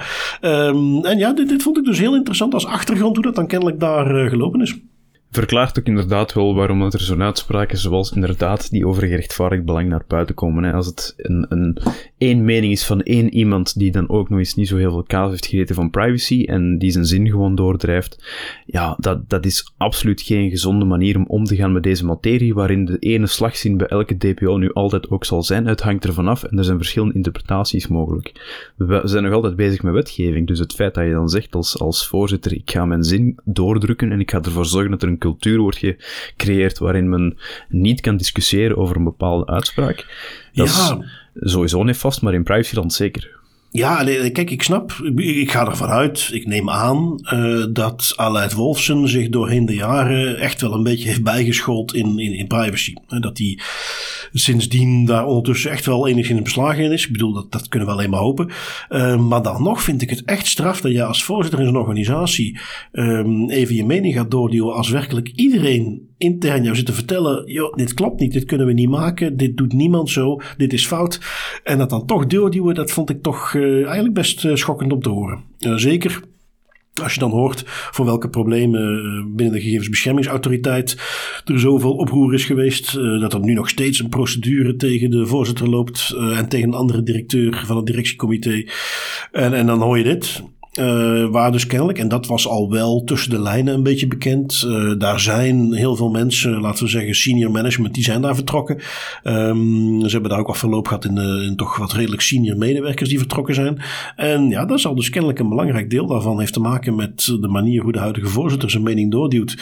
Dit vond ik dus heel interessant als achtergrond hoe dat dan kennelijk daar gelopen is. Verklaart ook inderdaad wel waarom er zo'n uitspraken zoals inderdaad die over gerechtvaardigd belang naar buiten komen. Hè. Als het één mening is van één iemand die dan ook nog eens niet zo heel veel kaas heeft gegeten van privacy en die zijn zin gewoon doordrijft, ja, dat is absoluut geen gezonde manier om te gaan met deze materie, waarin de ene slagzin bij elke DPO nu altijd ook zal zijn. Het hangt ervan af en er zijn verschillende interpretaties mogelijk. We zijn nog altijd bezig met wetgeving, dus het feit dat je dan zegt als voorzitter, ik ga mijn zin doordrukken en ik ga ervoor zorgen dat er een cultuur wordt gecreëerd waarin men niet kan discussiëren over een bepaalde uitspraak. Dat is sowieso nefast, maar in privacyland zeker. Ja, kijk, ik snap, ik ga ervan uit, ik neem aan dat Aleid Wolfsen zich doorheen de jaren echt wel een beetje heeft bijgeschoold in privacy. Dat hij sindsdien daar ondertussen echt wel enigszins beslagen in is. Ik bedoel, dat kunnen we alleen maar hopen. Maar dan nog vind ik het echt straf dat je als voorzitter in zo'n organisatie even je mening gaat doorduwen als werkelijk iedereen intern jou zit te vertellen, joh, dit klopt niet, dit kunnen we niet maken, dit doet niemand zo, dit is fout. En dat dan toch doorduwen, dat vond ik toch eigenlijk best schokkend om te horen. Zeker als je dan hoort voor welke problemen binnen de gegevensbeschermingsautoriteit er zoveel oproer is geweest, dat er nu nog steeds een procedure tegen de voorzitter loopt en tegen een andere directeur van het directiecomité. En dan hoor je dit. Waar dus kennelijk, en dat was al wel tussen de lijnen een beetje bekend, daar zijn heel veel mensen, laten we zeggen senior management, die zijn daar vertrokken. Ze hebben daar ook wat verloop gehad in toch wat redelijk senior medewerkers die vertrokken zijn. En ja, dat zal dus kennelijk een belangrijk deel daarvan heeft te maken met de manier hoe de huidige voorzitter zijn mening doorduwt.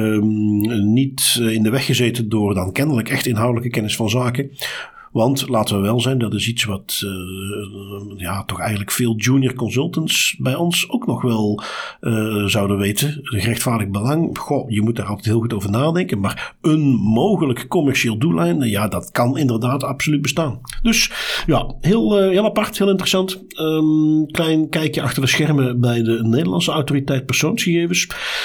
Niet in de weg gezeten door dan kennelijk echt inhoudelijke kennis van zaken. Want, laten we wel zijn, dat is iets wat toch eigenlijk veel junior consultants bij ons ook nog wel zouden weten. Gerechtvaardigd belang, je moet daar altijd heel goed over nadenken. Maar een mogelijk commercieel doeleinde, ja, dat kan inderdaad absoluut bestaan. Dus ja, heel apart, heel interessant. Klein kijkje achter de schermen bij de Nederlandse autoriteit persoonsgegevens.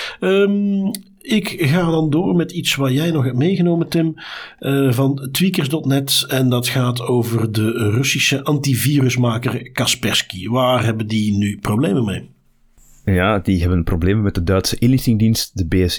Ik ga dan door met iets wat jij nog hebt meegenomen, Tim, van tweakers.net. En dat gaat over de Russische antivirusmaker Kaspersky. Waar hebben die nu problemen mee? Ja, die hebben problemen met de Duitse inlichtingendienst, de BSI.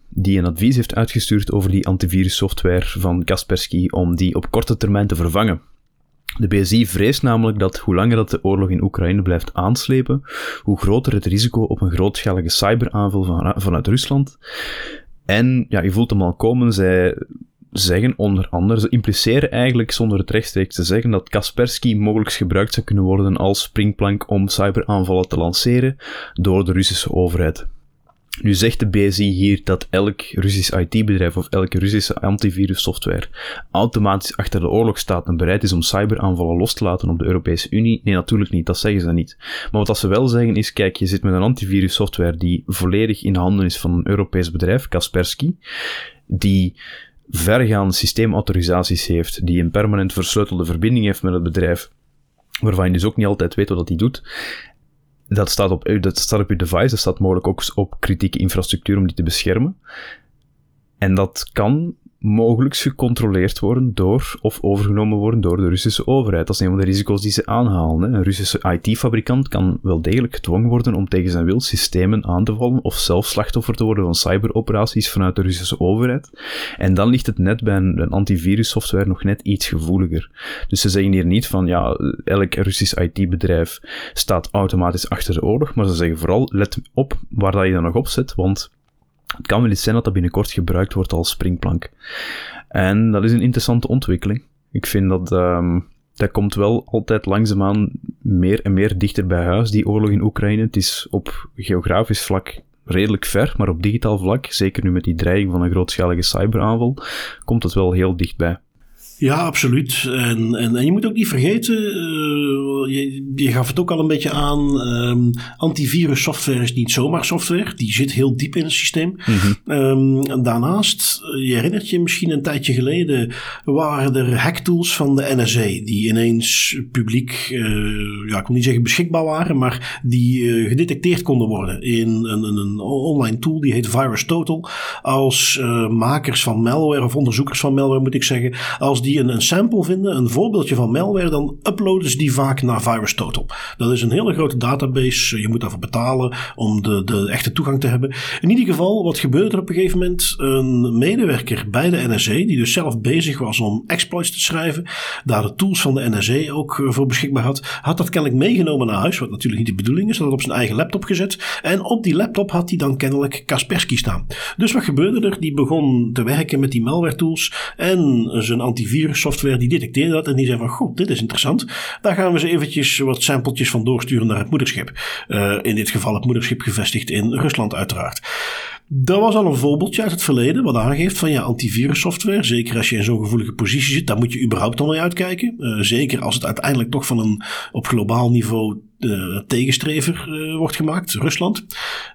die een advies heeft uitgestuurd over die antivirussoftware van Kaspersky om die op korte termijn te vervangen. De BSI vreest namelijk dat hoe langer dat de oorlog in Oekraïne blijft aanslepen, hoe groter het risico op een grootschalige cyberaanval vanuit Rusland. En ja, je voelt hem al komen, zij zeggen onder andere, ze impliceren eigenlijk zonder het rechtstreeks te zeggen dat Kaspersky mogelijk gebruikt zou kunnen worden als springplank om cyberaanvallen te lanceren door de Russische overheid. Nu zegt de BSI hier dat elk Russisch IT-bedrijf of elke Russische antivirussoftware automatisch achter de oorlog staat en bereid is om cyberaanvallen los te laten op de Europese Unie. Nee, natuurlijk niet, dat zeggen ze niet. Maar wat ze wel zeggen is, kijk, je zit met een antivirussoftware die volledig in handen is van een Europees bedrijf, Kaspersky, die vergaande systeemautorisaties heeft, die een permanent versleutelde verbinding heeft met het bedrijf, waarvan je dus ook niet altijd weet wat hij doet. Dat staat op je device, dat staat mogelijk ook op kritieke infrastructuur om die te beschermen. En dat kan mogelijk gecontroleerd worden door, of overgenomen worden door de Russische overheid. Dat is een van de risico's die ze aanhalen. Hè. Een Russische IT-fabrikant kan wel degelijk gedwongen worden om tegen zijn wil systemen aan te vallen of zelf slachtoffer te worden van cyberoperaties vanuit de Russische overheid. En dan ligt het net bij een antivirussoftware nog net iets gevoeliger. Dus ze zeggen hier niet van, ja, elk Russisch IT-bedrijf staat automatisch achter de oorlog, maar ze zeggen vooral, let op waar dat je dan nog op zet, want het kan wel eens zijn dat dat binnenkort gebruikt wordt als springplank. En dat is een interessante ontwikkeling. Ik vind dat komt wel altijd langzaamaan meer en meer dichter bij huis, die oorlog in Oekraïne. Het is op geografisch vlak redelijk ver, maar op digitaal vlak, zeker nu met die dreiging van een grootschalige cyberaanval, komt het wel heel dichtbij. Ja, absoluut. En je moet ook niet vergeten, je gaf het ook al een beetje aan, antivirussoftware is niet zomaar software. Die zit heel diep in het systeem. Mm-hmm. Daarnaast, je herinnert je misschien een tijdje geleden, waren er hacktools van de NSA die ineens publiek, ik wil niet zeggen beschikbaar waren, maar die gedetecteerd konden worden in een online tool die heet VirusTotal. Als makers van malware of onderzoekers van malware moet ik zeggen, als die een sample vinden, een voorbeeldje van malware, dan uploaden ze die vaak naar VirusTotal. Dat is een hele grote database. Je moet daarvoor betalen om de echte toegang te hebben. In ieder geval, wat gebeurde er op een gegeven moment? Een medewerker bij de NSA, die dus zelf bezig was om exploits te schrijven, daar de tools van de NSA ook voor beschikbaar had dat kennelijk meegenomen naar huis, wat natuurlijk niet de bedoeling is, had het op zijn eigen laptop gezet. En op die laptop had hij dan kennelijk Kaspersky staan. Dus wat gebeurde er? Die begon te werken met die malware tools en zijn antivirussoftware die detecteerde dat en die zei van, goed, dit is interessant. Daar gaan we eens eventjes wat sampletjes van doorsturen naar het moederschip. In dit geval het moederschip gevestigd in Rusland uiteraard. Dat was al een voorbeeldje uit het verleden wat aangeeft van ja, antivirussoftware, zeker als je in zo'n gevoelige positie zit, daar moet je überhaupt al mee uitkijken. Zeker als het uiteindelijk toch van een op globaal niveau tegenstrever wordt gemaakt, Rusland.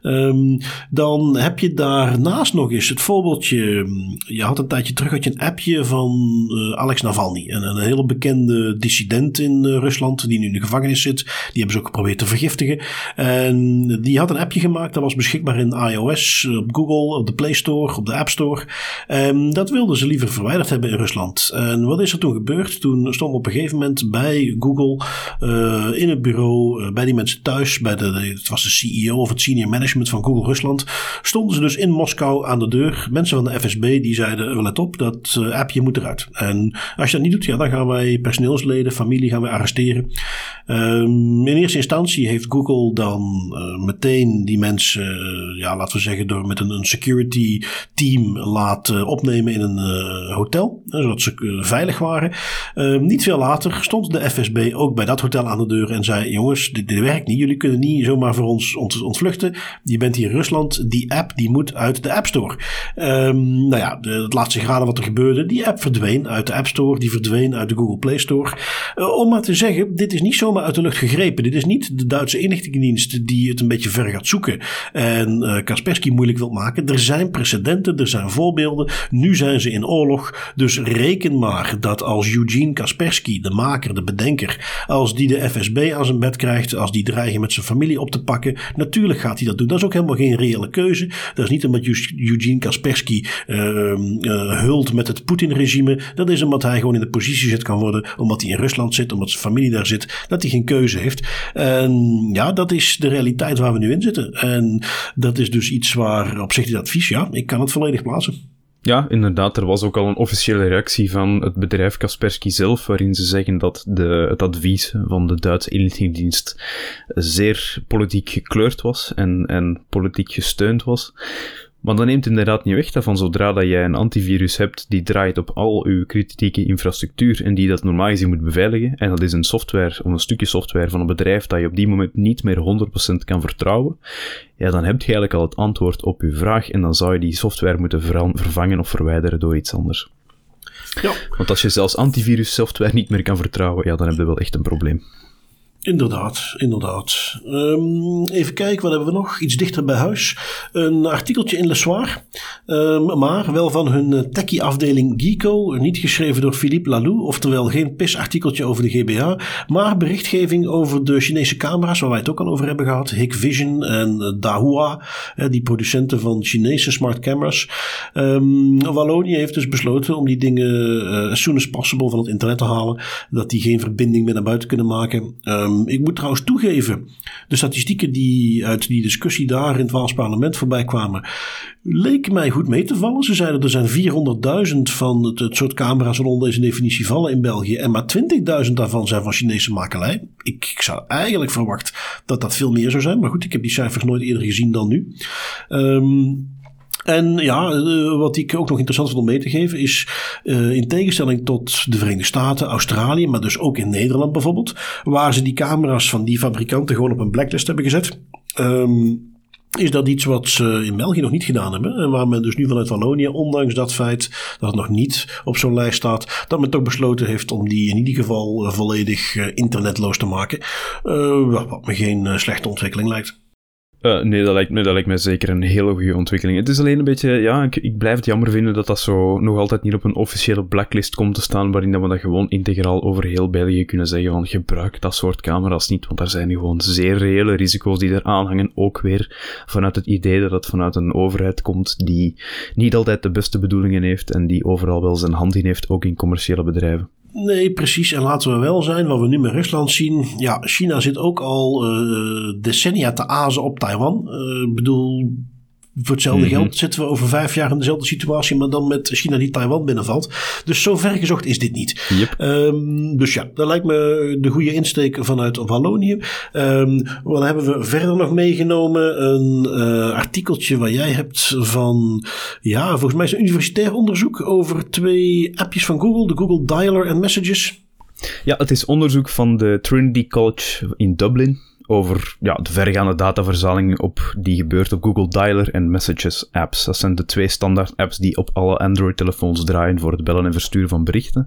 Dan heb je daarnaast nog eens het voorbeeldje, je had een tijdje terug een appje van Alex Navalny, een hele bekende dissident in Rusland die nu in de gevangenis zit. Die hebben ze ook geprobeerd te vergiftigen. En die had een appje gemaakt, dat was beschikbaar in iOS, op Google, op de Play Store, op de App Store. Dat wilden ze liever verwijderd hebben in Rusland. En wat is er toen gebeurd? Toen stond op een gegeven moment bij Google in het bureau, bij die mensen thuis, het was de CEO of het senior management van Google Rusland, stonden ze dus in Moskou aan de deur. Mensen van de FSB die zeiden, let op, dat appje moet eruit. En als je dat niet doet, ja, dan gaan wij personeelsleden, familie gaan wij arresteren. In eerste instantie heeft Google dan meteen die mensen, laten we zeggen, door met een security team laten opnemen in een hotel, zodat ze veilig waren. Niet veel later stond de FSB ook bij dat hotel aan de deur en zei, jongens, dit werkt niet, jullie kunnen niet zomaar voor ons ontvluchten. Je bent hier in Rusland, die app die moet uit de App Store. Het laat zich raden wat er gebeurde. Die app verdween uit de App Store, die verdween uit de Google Play Store. Om maar te zeggen, dit is niet zomaar uit de lucht gegrepen. Dit is niet de Duitse inlichtingendienst die het een beetje ver gaat zoeken en Kaspersky moeilijk wil maken. Er zijn precedenten, er zijn voorbeelden. Nu zijn ze in oorlog. Dus reken maar dat als Eugene Kaspersky, de maker, de bedenker, als die de FSB aan zijn bed krijgt, krijgt, als die dreigen met zijn familie op te pakken. Natuurlijk gaat hij dat doen. Dat is ook helemaal geen reële keuze. Dat is niet omdat Eugene Kaspersky hult met het Poetin-regime. Dat is omdat hij gewoon in de positie zit kan worden, omdat hij in Rusland zit, omdat zijn familie daar zit, dat hij geen keuze heeft. En ja, dat is de realiteit waar we nu in zitten. En dat is dus iets waar op zich dit advies, ja, ik kan het volledig plaatsen. Ja, inderdaad. Er was ook al een officiële reactie van het bedrijf Kaspersky zelf, waarin ze zeggen dat het advies van de Duitse inlichtingendienst zeer politiek gekleurd was en politiek gesteund was. Maar dat neemt inderdaad niet weg dat van zodra dat jij een antivirus hebt die draait op al uw kritieke infrastructuur en die dat normaal gezien moet beveiligen, en dat is een software of een stukje software van een bedrijf dat je op die moment niet meer 100% kan vertrouwen, ja, dan heb je eigenlijk al het antwoord op uw vraag en dan zou je die software moeten vervangen of verwijderen door iets anders. Ja. Want als je zelfs antivirus software niet meer kan vertrouwen, ja, dan heb je wel echt een probleem. Inderdaad. Even kijken, wat hebben we nog? Iets dichter bij huis. Een artikeltje in Le Soir, maar wel van hun techie-afdeling Geeko. Niet geschreven door Philippe Laloux, oftewel geen PIS-artikeltje over de GBA, maar berichtgeving over de Chinese camera's, waar wij het ook al over hebben gehad. Hikvision en Dahua, die producenten van Chinese smart cameras. Wallonië heeft dus besloten om die dingen as soon as possible van het internet te halen, dat die geen verbinding meer naar buiten kunnen maken. Ik moet trouwens toegeven, de statistieken die uit die discussie daar in het Waals parlement voorbij kwamen, leken mij goed mee te vallen. Ze zeiden er zijn 400.000 van het soort camera's die onder deze definitie vallen in België en maar 20.000 daarvan zijn van Chinese makelij. Ik zou eigenlijk verwacht dat dat veel meer zou zijn, maar goed, ik heb die cijfers nooit eerder gezien dan nu. En ja, wat ik ook nog interessant vond om mee te geven is, in tegenstelling tot de Verenigde Staten, Australië, maar dus ook in Nederland bijvoorbeeld, waar ze die camera's van die fabrikanten gewoon op een blacklist hebben gezet, is dat iets wat ze in België nog niet gedaan hebben. En waar men dus nu vanuit Wallonië, ondanks dat feit dat het nog niet op zo'n lijst staat, dat men toch besloten heeft om die in ieder geval volledig internetloos te maken. Wat me geen slechte ontwikkeling lijkt. Nee, dat lijkt mij zeker een hele goede ontwikkeling. Het is alleen een beetje, ja, ik blijf het jammer vinden dat dat zo nog altijd niet op een officiële blacklist komt te staan, waarin dat we dat gewoon integraal over heel België kunnen zeggen van gebruik dat soort camera's niet, want daar zijn gewoon zeer reële risico's die er aanhangen, ook weer vanuit het idee dat het vanuit een overheid komt die niet altijd de beste bedoelingen heeft en die overal wel zijn hand in heeft, ook in commerciële bedrijven. Nee, precies. En laten we wel zijn, wat we nu met Rusland zien. Ja, China zit ook al decennia te azen op Taiwan. Ik bedoel, voor hetzelfde geld zitten we over 5 jaar in dezelfde situatie, maar dan met China die Taiwan binnenvalt. Dus zo ver gezocht is dit niet. Yep. Dus ja, dat lijkt me de goede insteek vanuit Wallonië. Wat hebben we verder nog meegenomen? Een artikeltje wat jij hebt van, ja, volgens mij is een universitair onderzoek over 2 appjes van Google, de Google Dialer en Messages. Ja, het is onderzoek van de Trinity College in Dublin over de vergaande dataverzameling die gebeurt op Google Dialer en Messages apps. Dat zijn de 2 standaard apps die op alle Android-telefoons draaien voor het bellen en versturen van berichten.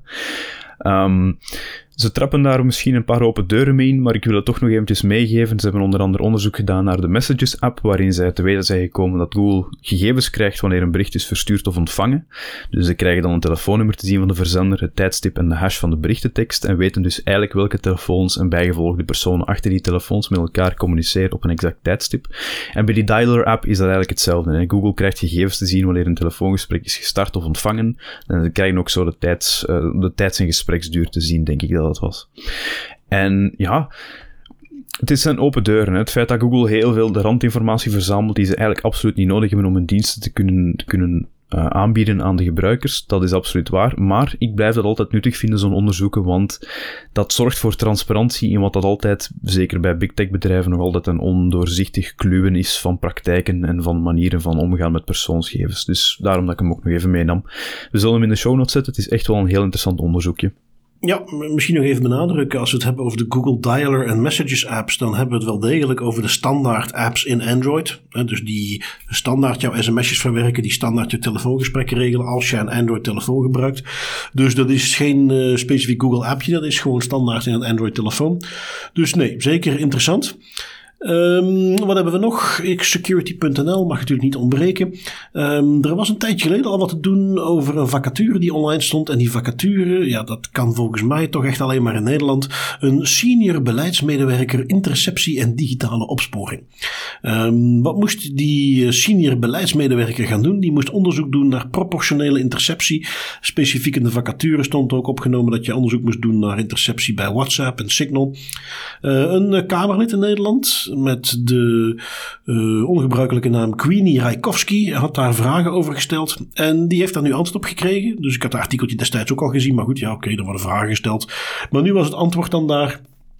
Ze trappen daar misschien een paar open deuren mee in, maar ik wil het toch nog eventjes meegeven. Ze hebben onder andere onderzoek gedaan naar de Messages-app, waarin zij te weten zijn gekomen dat Google gegevens krijgt wanneer een bericht is verstuurd of ontvangen. Dus ze krijgen dan een telefoonnummer te zien van de verzender, het tijdstip en de hash van de berichtentekst en weten dus eigenlijk welke telefoons en bijgevolgde personen achter die telefoons met elkaar communiceren op een exact tijdstip. En bij die Dialer-app is dat eigenlijk hetzelfde. Hè? Google krijgt gegevens te zien wanneer een telefoongesprek is gestart of ontvangen. En ze krijgen ook zo de tijds- en gespreksduur te zien, denk ik dat het was. En ja, het zijn open deuren. Hè. Het feit dat Google heel veel de randinformatie verzamelt die ze eigenlijk absoluut niet nodig hebben om hun diensten te kunnen aanbieden aan de gebruikers, dat is absoluut waar. Maar ik blijf dat altijd nuttig vinden, zo'n onderzoeken, want dat zorgt voor transparantie in wat dat altijd, zeker bij big tech bedrijven, nog altijd een ondoorzichtig kluwen is van praktijken en van manieren van omgaan met persoonsgegevens. Dus daarom dat ik hem ook nog even meenam. We zullen hem in de show notes zetten. Het is echt wel een heel interessant onderzoekje. Ja, misschien nog even benadrukken. Als we het hebben over de Google Dialer en Messages apps, dan hebben we het wel degelijk over de standaard apps in Android. Dus die standaard jouw sms'jes verwerken, die standaard je telefoongesprekken regelen als je een Android telefoon gebruikt. Dus dat is geen specifiek Google appje, dat is gewoon standaard in een Android telefoon. Dus nee, zeker interessant. Wat hebben we nog? Security.nl mag natuurlijk niet ontbreken. Er was een tijdje geleden al wat te doen over een vacature die online stond. En die vacature, ja, dat kan volgens mij toch echt alleen maar in Nederland. Een senior beleidsmedewerker interceptie en digitale opsporing. Wat moest die senior beleidsmedewerker gaan doen? Die moest onderzoek doen naar proportionele interceptie. Specifiek in de vacature stond ook opgenomen dat je onderzoek moest doen naar interceptie bij WhatsApp en Signal. Een Kamerlid in Nederland met de ongebruikelijke naam Queenie Rijkowski had daar vragen over gesteld. En die heeft daar nu antwoord op gekregen. Dus ik had het artikeltje destijds ook al gezien. Maar goed, ja, oké, er worden vragen gesteld. Maar nu was het antwoord dan daar.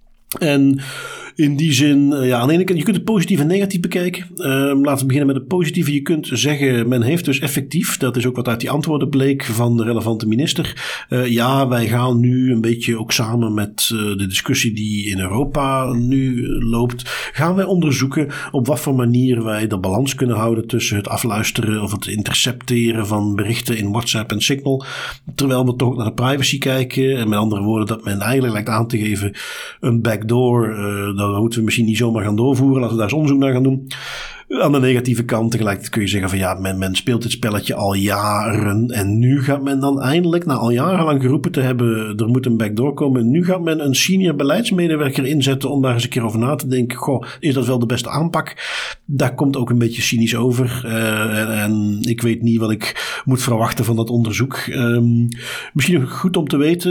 En in die zin, ja, aan de ene kant, je kunt het positief en negatief bekijken. Laten we beginnen met het positieve. Je kunt zeggen, men heeft dus effectief, dat is ook wat uit die antwoorden bleek van de relevante minister. Ja, wij gaan nu een beetje ook samen met de discussie die in Europa nu loopt, gaan wij onderzoeken op wat voor manier wij de balans kunnen houden tussen het afluisteren of het intercepteren van berichten in WhatsApp en Signal. Terwijl we toch naar de privacy kijken. En met andere woorden, dat men eigenlijk lijkt aan te geven een backdoor, dat moeten we misschien niet zomaar gaan doorvoeren. Laten we daar eens onderzoek naar gaan doen. Aan de negatieve kant tegelijkertijd kun je zeggen van ja, men speelt dit spelletje al jaren en nu gaat men dan eindelijk, na al jarenlang geroepen te hebben, er moet een backdoor komen, nu gaat men een senior beleidsmedewerker inzetten om daar eens een keer over na te denken, goh, is dat wel de beste aanpak? Daar komt ook een beetje cynisch over en ik weet niet wat ik moet verwachten van dat onderzoek. Misschien nog goed om te weten,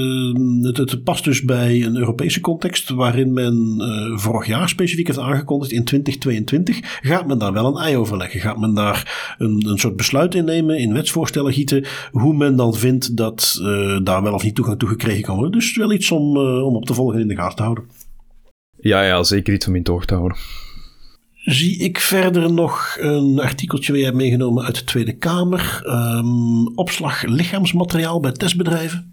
het past dus bij een Europese context waarin men vorig jaar specifiek heeft aangekondigd in 2022 gaat men daar wel een ei over leggen? Gaat men daar een soort besluit in nemen, in wetsvoorstellen gieten, hoe men dan vindt dat daar wel of niet toegang toe gekregen kan worden? Dus wel iets om op te volgen en in de gaten te houden. Ja, zeker iets om in het oog te houden. Zie ik verder nog een artikeltje waar je hebt meegenomen uit de Tweede Kamer. Opslag lichaamsmateriaal bij testbedrijven.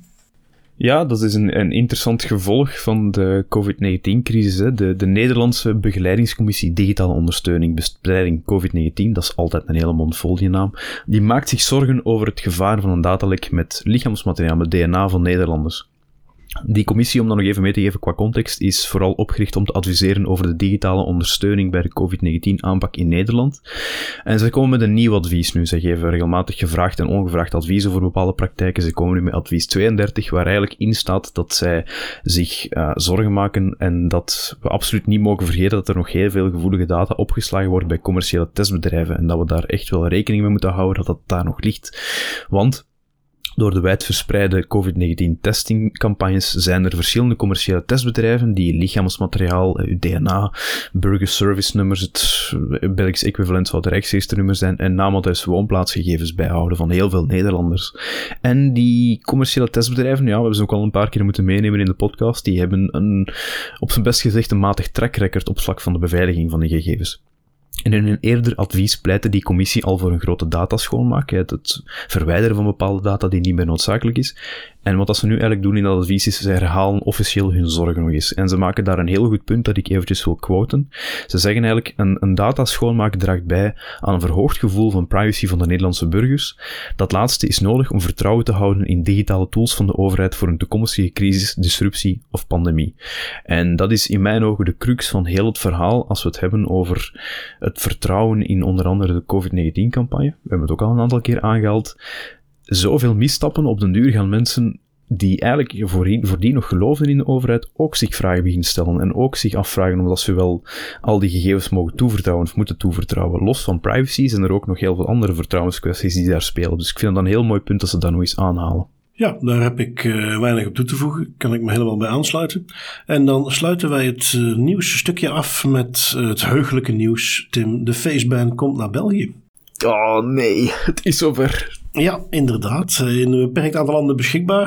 Ja, dat is een interessant gevolg van de COVID-19-crisis. Hè. De Nederlandse Begeleidingscommissie Digitale Ondersteuning Bestrijding COVID-19, dat is altijd een hele mond vol die naam, die maakt zich zorgen over het gevaar van een datalek met lichaamsmateriaal, met DNA van Nederlanders. Die commissie, om dat nog even mee te geven qua context, is vooral opgericht om te adviseren over de digitale ondersteuning bij de COVID-19-aanpak in Nederland. En ze komen met een nieuw advies nu. Ze geven regelmatig gevraagd en ongevraagd advies over bepaalde praktijken. Ze komen nu met advies 32, waar eigenlijk in staat dat zij zich zorgen maken en dat we absoluut niet mogen vergeten dat er nog heel veel gevoelige data opgeslagen wordt bij commerciële testbedrijven en dat we daar echt wel rekening mee moeten houden dat dat daar nog ligt. Want door de wijdverspreide COVID-19-testingcampagnes zijn er verschillende commerciële testbedrijven die lichaamsmateriaal, DNA, burgerservice-nummers, het Belgisch equivalent zou het Rijksregisternummer zijn, en naam-adres woonplaatsgegevens bijhouden van heel veel Nederlanders. En die commerciële testbedrijven, ja, we hebben ze ook al een paar keer moeten meenemen in de podcast, die hebben op zijn best gezegd een matig trackrecord op vlak van de beveiliging van die gegevens. En in een eerder advies pleitte die commissie al voor een grote dataschoonmaak, het verwijderen van bepaalde data die niet meer noodzakelijk is. En wat ze nu eigenlijk doen in dat advies is, ze herhalen officieel hun zorgen nog eens. En ze maken daar een heel goed punt dat ik eventjes wil quoten. Ze zeggen eigenlijk, een dataschoonmaak draagt bij aan een verhoogd gevoel van privacy van de Nederlandse burgers. Dat laatste is nodig om vertrouwen te houden in digitale tools van de overheid voor een toekomstige crisis, disruptie of pandemie. En dat is in mijn ogen de crux van heel het verhaal als we het hebben over het vertrouwen in onder andere de COVID-19-campagne. We hebben het ook al een aantal keer aangehaald. Zoveel misstappen, op den duur gaan mensen die eigenlijk voordien nog geloofden in de overheid ook zich vragen beginnen stellen en ook zich afvragen omdat ze wel al die gegevens mogen toevertrouwen of moeten toevertrouwen. Los van privacy zijn er ook nog heel veel andere vertrouwenskwesties die daar spelen. Dus ik vind dat een heel mooi punt dat ze dat nog eens aanhalen. Ja, daar heb ik weinig op toe te voegen. Kan ik me helemaal bij aansluiten. En dan sluiten wij het nieuwsstukje af met het heugelijke nieuws. Tim, de Faceban komt naar België. Oh nee, het is zover. Ja, inderdaad. In een beperkt aantal landen beschikbaar.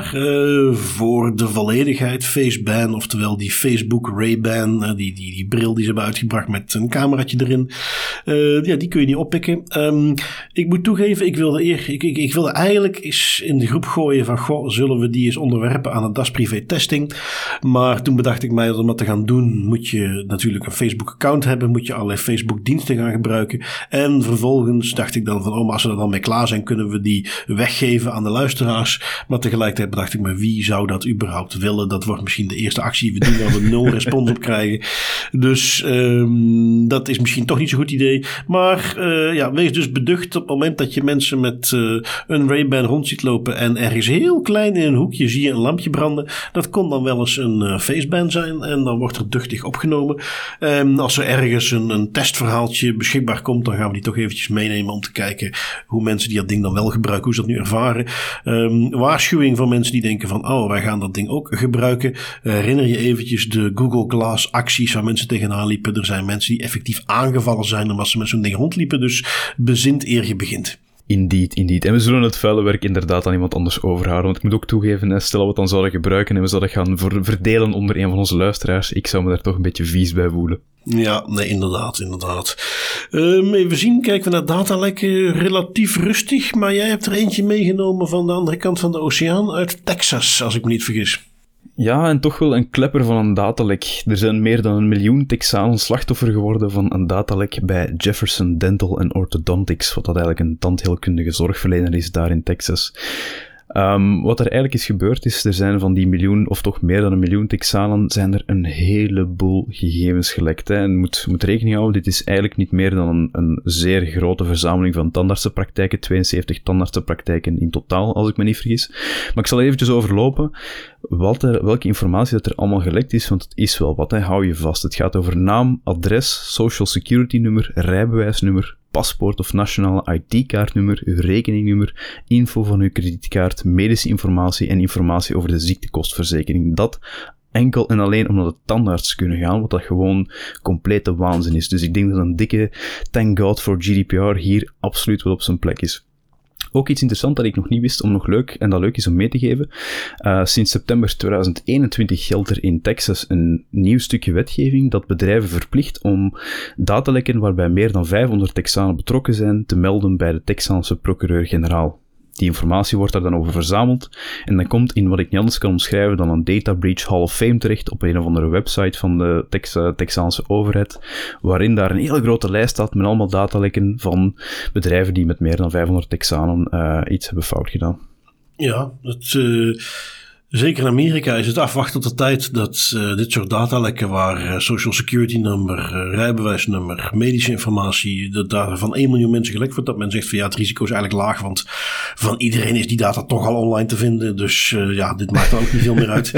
Voor de volledigheid Faceban, oftewel die Facebook Ray-Ban, die bril die ze hebben uitgebracht met een cameraatje erin. Ja, die kun je niet oppikken. Ik moet toegeven, ik wilde eigenlijk eens in de groep gooien van, goh, zullen we die eens onderwerpen aan een DAS-privé testing? Maar toen bedacht ik mij dat om dat te gaan doen, moet je natuurlijk een Facebook-account hebben, moet je allerlei Facebook-diensten gaan gebruiken. En vervolgens dacht ik dan van, maar als we er dan mee klaar zijn, kunnen we die die weggeven aan de luisteraars. Maar tegelijkertijd bedacht ik me, wie zou dat überhaupt willen? Dat wordt misschien de eerste actie die we doen waar we 0 respons op krijgen. Dus dat is misschien toch niet zo'n goed idee. Maar wees dus beducht op het moment dat je mensen met een Ray-Ban rond ziet lopen en ergens heel klein in een hoekje zie je een lampje branden. Dat kon dan wel eens een faceban zijn en dan wordt er duchtig opgenomen. Als er ergens een testverhaaltje beschikbaar komt, dan gaan we die toch eventjes meenemen om te kijken hoe mensen die dat ding dan wel gebruiken, hoe ze dat nu ervaren. Waarschuwing voor mensen die denken van, wij gaan dat ding ook gebruiken. Herinner je eventjes de Google Glass acties waar mensen tegenaan liepen. Er zijn mensen die effectief aangevallen zijn omdat ze met zo'n ding rondliepen. Dus bezint eer je begint. Indeed. En we zullen het vuile werk inderdaad aan iemand anders overhouden. Want ik moet ook toegeven, stel dat we het dan zouden gebruiken en we zouden gaan verdelen onder een van onze luisteraars. Ik zou me daar toch een beetje vies bij voelen. Ja, nee, inderdaad. Even zien, kijken we naar datalekken. Relatief rustig, maar jij hebt er eentje meegenomen van de andere kant van de oceaan uit Texas, als ik me niet vergis. Ja, en toch wel een klepper van een datalek. Er zijn meer dan 1 miljoen Texanen slachtoffer geworden van een datalek bij Jefferson Dental and Orthodontics, wat dat eigenlijk een tandheelkundige zorgverlener is daar in Texas. Wat er eigenlijk is gebeurd is, er zijn van die miljoen, of toch meer dan 1 miljoen Texanen, zijn er een heleboel gegevens gelekt. Hè. En moet rekening houden, dit is eigenlijk niet meer dan een zeer grote verzameling van tandartsenpraktijken, 72 tandartsenpraktijken in totaal, als ik me niet vergis. Maar ik zal eventjes overlopen welke informatie dat er allemaal gelekt is, want het is wel wat, hè. Hou je vast. Het gaat over naam, adres, social security nummer, rijbewijsnummer, paspoort of nationale ID-kaartnummer, uw rekeningnummer, info van uw kredietkaart, medische informatie en informatie over de ziektekostverzekering. Dat enkel en alleen om naar de tandarts te kunnen gaan, wat dat gewoon complete waanzin is. Dus ik denk dat een dikke thank God for GDPR hier absoluut wel op zijn plek is. Ook iets interessants dat ik nog niet wist, leuk is om mee te geven. Sinds september 2021 geldt er in Texas een nieuw stukje wetgeving dat bedrijven verplicht om datalekken waarbij meer dan 500 Texanen betrokken zijn te melden bij de Texaanse procureur-generaal. Die informatie wordt daar dan over verzameld en dan komt in wat ik niet anders kan omschrijven dan een Data Breach Hall of Fame terecht op een of andere website van de Texaanse overheid, waarin daar een hele grote lijst staat met allemaal datalekken van bedrijven die met meer dan 500 Texanen iets hebben fout gedaan. Ja, zeker in Amerika is het afwachten tot de tijd dat dit soort datalekken waar social security nummer, rijbewijsnummer, medische informatie, dat daar van 1 miljoen mensen gelekt wordt, dat men zegt van het risico is eigenlijk laag, want van iedereen is die data toch al online te vinden. Dus dit maakt er ook niet veel meer uit.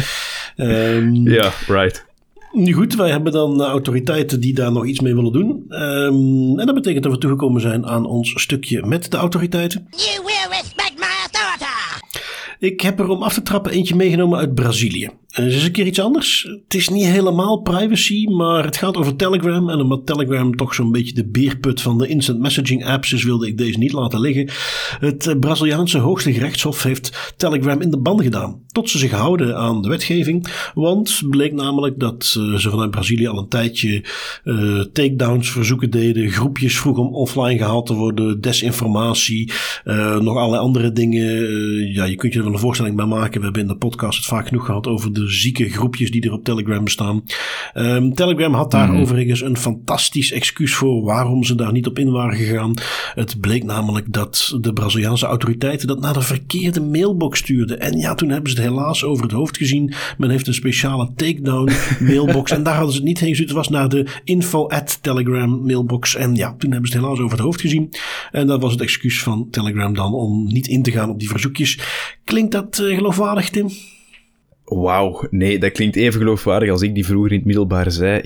Ja, right. Nu goed, wij hebben dan autoriteiten die daar nog iets mee willen doen. En dat betekent dat we toegekomen zijn aan ons stukje met de autoriteiten. You will respect my authority! Ik heb er om af te trappen eentje meegenomen uit Brazilië. Het is een keer iets anders. Het is niet helemaal privacy, maar het gaat over Telegram. En omdat Telegram toch zo'n beetje de beerput van de instant messaging apps is, wilde ik deze niet laten liggen. Het Braziliaanse hoogste gerechtshof heeft Telegram in de ban gedaan. Tot ze zich houden aan de wetgeving. Want bleek namelijk dat ze vanuit Brazilië al een tijdje takedowns verzoeken deden. Groepjes vroegen om offline gehaald te worden. Desinformatie. Nog allerlei andere dingen. Je kunt je er wel een voorstelling bij maken. We hebben in de podcast het vaak genoeg gehad over de zieke groepjes die er op Telegram bestaan. Telegram had daar overigens een fantastisch excuus voor waarom ze daar niet op in waren gegaan. Het bleek namelijk dat de Braziliaanse autoriteiten dat naar de verkeerde mailbox stuurden. En toen hebben ze het helaas over het hoofd gezien. Men heeft een speciale takedown mailbox en daar hadden ze het niet heen gestuurd. Het was naar de info@telegram mailbox. En toen hebben ze het helaas over het hoofd gezien. En dat was het excuus van Telegram dan om niet in te gaan op die verzoekjes. Klinkt dat geloofwaardig, Tim? Wauw, nee, dat klinkt even geloofwaardig als ik die vroeger in het middelbaar zei.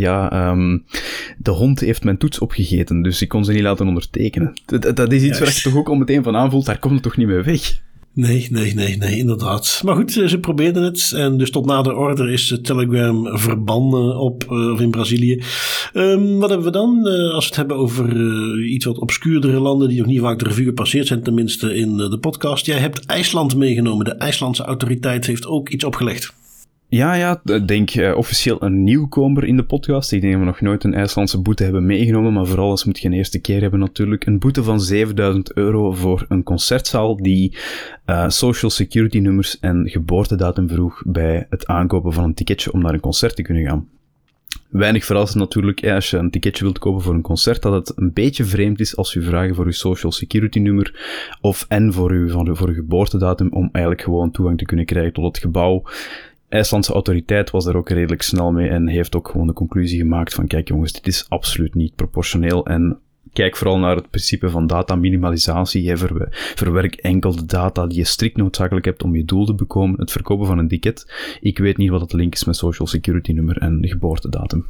De hond heeft mijn toets opgegeten, dus ik kon ze niet laten ondertekenen. Dat is iets waar je toch ook al meteen van aanvoelt, daar komt het toch niet mee weg? Nee, inderdaad. Maar goed, ze probeerden het. En dus tot nader order is Telegram verbannen of in Brazilië. Wat hebben we dan? Als we het hebben over iets wat obscuurdere landen die nog niet vaak de revue gepasseerd zijn, tenminste in de podcast. Jij hebt IJsland meegenomen. De IJslandse autoriteit heeft ook iets opgelegd. Ja, ik denk officieel een nieuwkomer in de podcast. Ik denk dat we nog nooit een IJslandse boete hebben meegenomen, maar vooral als moet je een eerste keer hebben natuurlijk. Een boete van €7.000 voor een concertzaal die social security nummers en geboortedatum vroeg bij het aankopen van een ticketje om naar een concert te kunnen gaan. weinig verrassend natuurlijk, als je een ticketje wilt kopen voor een concert, dat het een beetje vreemd is als u vragen voor uw social security nummer en voor uw geboortedatum om eigenlijk gewoon toegang te kunnen krijgen tot het gebouw. IJslandse autoriteit was daar ook redelijk snel mee en heeft ook gewoon de conclusie gemaakt van kijk jongens, dit is absoluut niet proportioneel en kijk vooral naar het principe van dataminimalisatie. Je verwerkt enkel de data die je strikt noodzakelijk hebt om je doel te bekomen. Het verkopen van een ticket. Ik weet niet wat het link is met social security nummer en geboortedatum.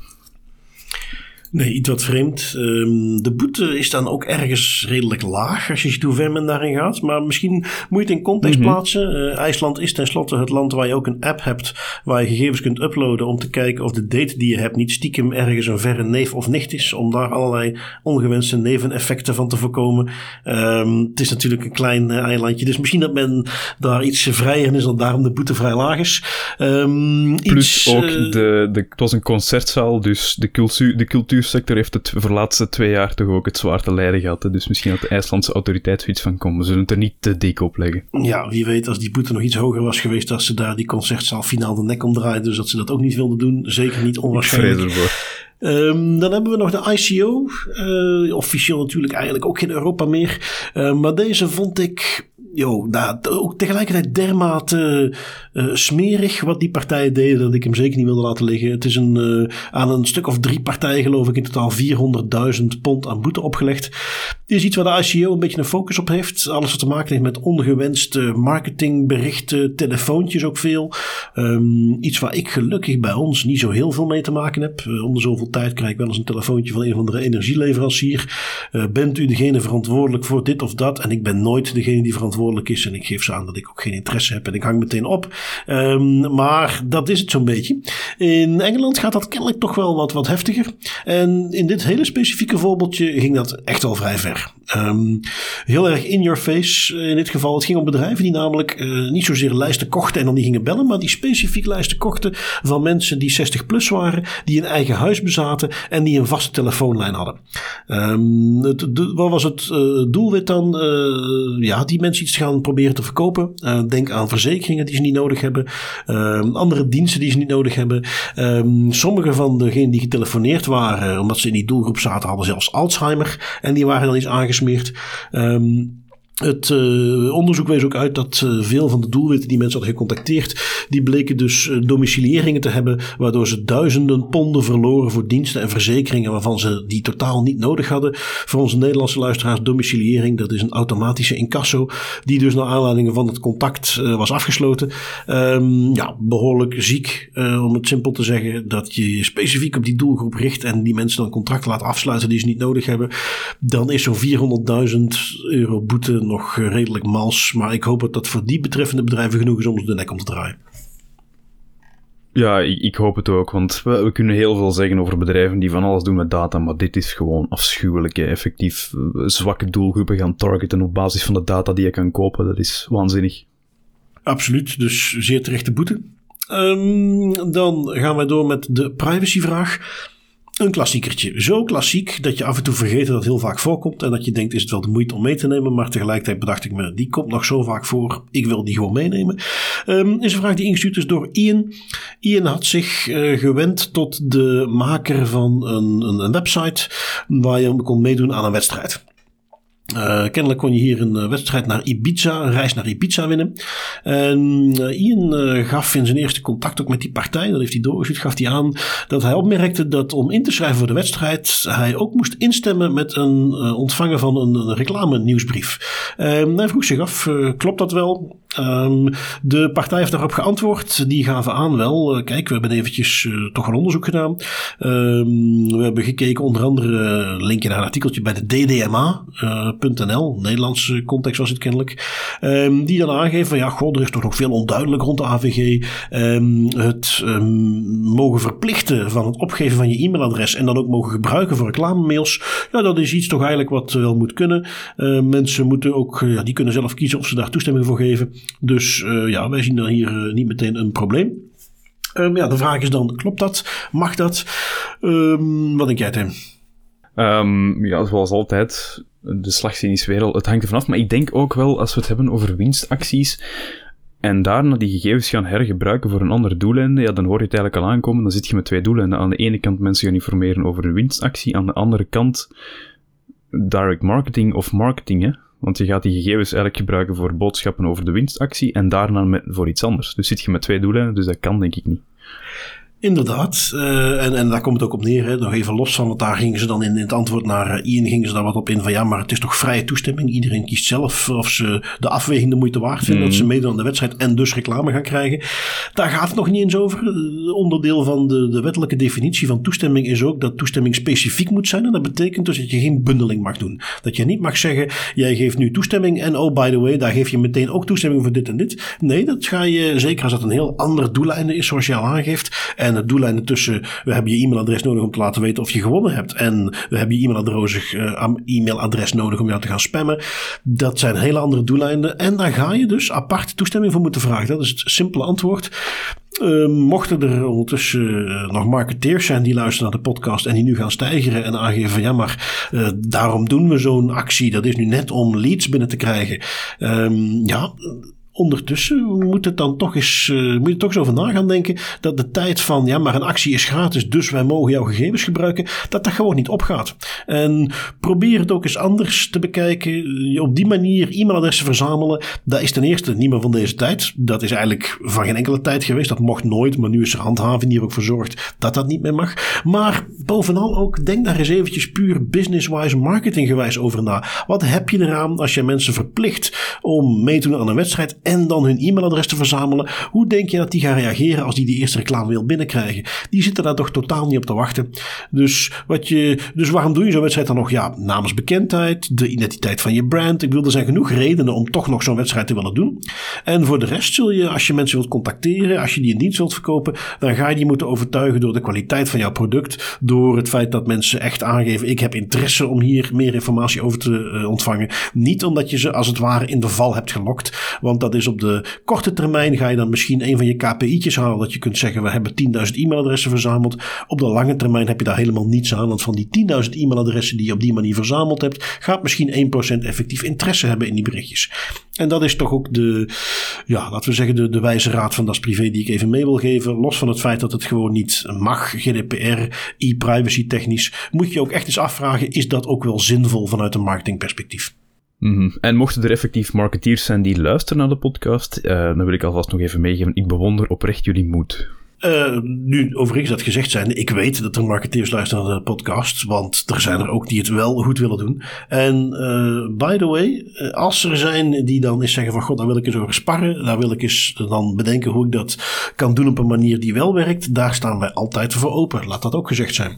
Nee, iets wat vreemd. De boete is dan ook ergens redelijk laag als je ziet hoe ver men daarin gaat. Maar misschien moet je het in context plaatsen. IJsland is tenslotte het land waar je ook een app hebt waar je gegevens kunt uploaden om te kijken of de date die je hebt niet stiekem ergens een verre neef of nicht is. Om daar allerlei ongewenste neveneffecten van te voorkomen. Het is natuurlijk een klein eilandje. Dus misschien dat men daar iets vrijer in is en daarom de boete vrij laag is. Plus ook, het was een concertzaal, dus de cultuursector heeft het voor de laatste 2 jaar toch ook het zwaar te lijden gehad. Hè? Dus misschien had de IJslandse autoriteit zoiets van, kom, we zullen het er niet te dik op leggen. Ja, wie weet, als die boete nog iets hoger was geweest, dat ze daar die concertzaal finaal de nek omdraaiden, dus dat ze dat ook niet wilden doen. Zeker niet onwaarschijnlijk. Ik vrees ervoor. Dan hebben we nog de ICO. Officieel natuurlijk eigenlijk ook geen Europa meer. Maar deze vond ik ook tegelijkertijd dermate smerig wat die partijen deden, dat ik hem zeker niet wilde laten liggen. Het is aan een stuk of 3 partijen, geloof ik, in totaal £400.000 aan boete opgelegd. Dit is iets waar de ICO een beetje een focus op heeft. Alles wat te maken heeft met ongewenste marketingberichten, telefoontjes ook veel. Iets waar ik gelukkig bij ons niet zo heel veel mee te maken heb. Om de zoveel tijd krijg ik wel eens een telefoontje van een of andere energieleverancier. Bent u degene verantwoordelijk voor dit of dat? En ik ben nooit degene die verantwoordelijk is en ik geef ze aan dat ik ook geen interesse heb en ik hang meteen op. Maar dat is het zo'n beetje. In Engeland gaat dat kennelijk toch wel wat heftiger. En in dit hele specifieke voorbeeldje ging dat echt wel vrij ver. Heel erg in your face in dit geval. Het ging om bedrijven die namelijk niet zozeer lijsten kochten en dan die gingen bellen, maar die specifiek lijsten kochten van mensen die 60 plus waren, die een eigen huis bezaten en die een vaste telefoonlijn hadden. Wat was het doelwit dan? Die mensen iets gaan proberen te verkopen. Denk aan verzekeringen die ze niet nodig hebben. Andere diensten die ze niet nodig hebben. Sommige van degenen die getelefoneerd waren, omdat ze in die doelgroep zaten, hadden zelfs Alzheimer. En die waren dan eens aangesmeerd. Het onderzoek wees ook uit dat veel van de doelwitten die mensen hadden gecontacteerd, die bleken dus domicilieringen te hebben, waardoor ze duizenden ponden verloren voor diensten en verzekeringen waarvan ze die totaal niet nodig hadden. Voor onze Nederlandse luisteraars, domiciliering, dat is een automatische incasso, die dus naar aanleiding van het contact was afgesloten. Behoorlijk ziek, om het simpel te zeggen, dat je specifiek op die doelgroep richt en die mensen dan contracten laat afsluiten die ze niet nodig hebben. Dan is zo'n €400.000 boete nog redelijk mals, maar ik hoop dat voor die betreffende bedrijven genoeg is om ze de nek om te draaien. Ja, ik hoop het ook, want we kunnen heel veel zeggen over bedrijven die van alles doen met data, maar dit is gewoon afschuwelijk. Effectief zwakke doelgroepen gaan targeten op basis van de data die je kan kopen, dat is waanzinnig. Absoluut, dus zeer terechte boete. Dan gaan wij door met de privacyvraag. Een klassiekertje. Zo klassiek dat je af en toe vergeet dat het heel vaak voorkomt en dat je denkt, is het wel de moeite om mee te nemen? Maar tegelijkertijd bedacht ik me, die komt nog zo vaak voor, ik wil die gewoon meenemen. Is een vraag die ingestuurd is door Ian. Ian had zich gewend tot de maker van een website waar je kon meedoen aan een wedstrijd. Kennelijk kon je hier een wedstrijd naar Ibiza, een reis naar Ibiza winnen. En Ian gaf in zijn eerste contact ook met die partij, dat heeft hij doorgestuurd, gaf hij aan dat hij opmerkte dat om in te schrijven voor de wedstrijd hij ook moest instemmen met een ontvangen van een reclame nieuwsbrief. Hij vroeg zich af, klopt dat wel? De partij heeft daarop geantwoord. Die gaven aan wel, kijk, we hebben eventjes toch een onderzoek gedaan. We hebben gekeken, onder andere linkje naar een artikeltje bij de DDMA.nl, Nederlandse context was het kennelijk. Die dan aangeven van er is toch nog veel onduidelijk rond de AVG. Het mogen verplichten van het opgeven van je e-mailadres en dan ook mogen gebruiken voor reclamemails. Ja, dat is iets toch eigenlijk wat wel moet kunnen. Mensen moeten ook, die kunnen zelf kiezen of ze daar toestemming voor geven. Dus wij zien dan hier niet meteen een probleem. De vraag is dan, klopt dat? Mag dat? Wat denk jij, Tim? Zoals altijd, de slagziniswereld, het hangt ervan af. Maar ik denk ook wel, als we het hebben over winstacties, en daarna die gegevens gaan hergebruiken voor een ander doeleinde, ja, dan hoor je het eigenlijk al aankomen, dan zit je met twee doeleinden. Aan de ene kant mensen gaan informeren over een winstactie, aan de andere kant direct marketing of marketing, hè. Want je gaat die gegevens eigenlijk gebruiken voor boodschappen over de winstactie en daarna voor iets anders. Dus zit je met twee doeleinden, dus dat kan denk ik niet. Inderdaad, en daar komt het ook op neer, hè. Nog even los van, want daar gingen ze dan in het antwoord naar Ian gingen ze daar wat op in van ja, maar het is toch vrije toestemming. Iedereen kiest zelf of ze de afweging de moeite waard vinden dat ze meedoen aan de wedstrijd en dus reclame gaan krijgen. Daar gaat het nog niet eens over. Onderdeel van de wettelijke definitie van toestemming is ook dat toestemming specifiek moet zijn en dat betekent dus dat je geen bundeling mag doen. Dat je niet mag zeggen, jij geeft nu toestemming en oh by the way, daar geef je meteen ook toestemming voor dit en dit. Nee, dat ga je, zeker als dat een heel ander doeleinde is zoals je al aangeeft. En het doeleinde tussen, we hebben je e-mailadres nodig om te laten weten of je gewonnen hebt. En we hebben je e-mailadres nodig om jou te gaan spammen. Dat zijn hele andere doeleinden. En daar ga je dus apart toestemming voor moeten vragen. Dat is het simpele antwoord. Mochten er ondertussen nog marketeers zijn die luisteren naar de podcast en die nu gaan steigeren en aangeven van ja, maar daarom doen we zo'n actie. Dat is nu net om leads binnen te krijgen. Ondertussen moet het dan toch eens, moet je toch eens over na gaan denken dat de tijd van ja, maar een actie is gratis, dus wij mogen jouw gegevens gebruiken, dat gewoon niet opgaat. En probeer het ook eens anders te bekijken. Op die manier e-mailadressen verzamelen, dat is ten eerste niet meer van deze tijd. Dat is eigenlijk van geen enkele tijd geweest. Dat mocht nooit, maar nu is er handhaving die er ook voor zorgt dat dat niet meer mag. Maar bovenal ook, denk daar eens eventjes puur business-wise, marketinggewijs over na. Wat heb je eraan als je mensen verplicht om mee te doen aan een wedstrijd en dan hun e-mailadres te verzamelen? Hoe denk je dat die gaan reageren als die eerste reclame wil binnenkrijgen? Die zitten daar toch totaal niet op te wachten. Dus waarom doe je zo'n wedstrijd dan nog? Ja, namensbekendheid, de identiteit van je brand. Ik bedoel, er zijn genoeg redenen om toch nog zo'n wedstrijd te willen doen. En voor de rest zul je, als je mensen wilt contacteren, als je die in dienst wilt verkopen, dan ga je die moeten overtuigen door de kwaliteit van jouw product, door het feit dat mensen echt aangeven, ik heb interesse om hier meer informatie over te ontvangen. Niet omdat je ze als het ware in de val hebt gelokt, want dat is op de korte termijn ga je dan misschien een van je KPI'tjes halen dat je kunt zeggen we hebben 10.000 e-mailadressen verzameld. Op de lange termijn heb je daar helemaal niets aan, want van die 10.000 e-mailadressen die je op die manier verzameld hebt, gaat misschien 1% effectief interesse hebben in die berichtjes. En dat is toch ook laten we zeggen de wijze raad van Das Privé die ik even mee wil geven. Los van het feit dat het gewoon niet mag, GDPR, e-privacy technisch, moet je ook echt eens afvragen, is dat ook wel zinvol vanuit een marketingperspectief? Mm-hmm. En mochten er effectief marketeers zijn die luisteren naar de podcast, dan wil ik alvast nog even meegeven, ik bewonder oprecht jullie moed. Nu, overigens dat gezegd zijnde, ik weet dat er marketeers luisteren naar de podcast, want er zijn er ook die het wel goed willen doen. En by the way, als er zijn die dan eens zeggen van god, daar wil ik eens over sparren, daar wil ik eens dan bedenken hoe ik dat kan doen op een manier die wel werkt, daar staan wij altijd voor open. Laat dat ook gezegd zijn.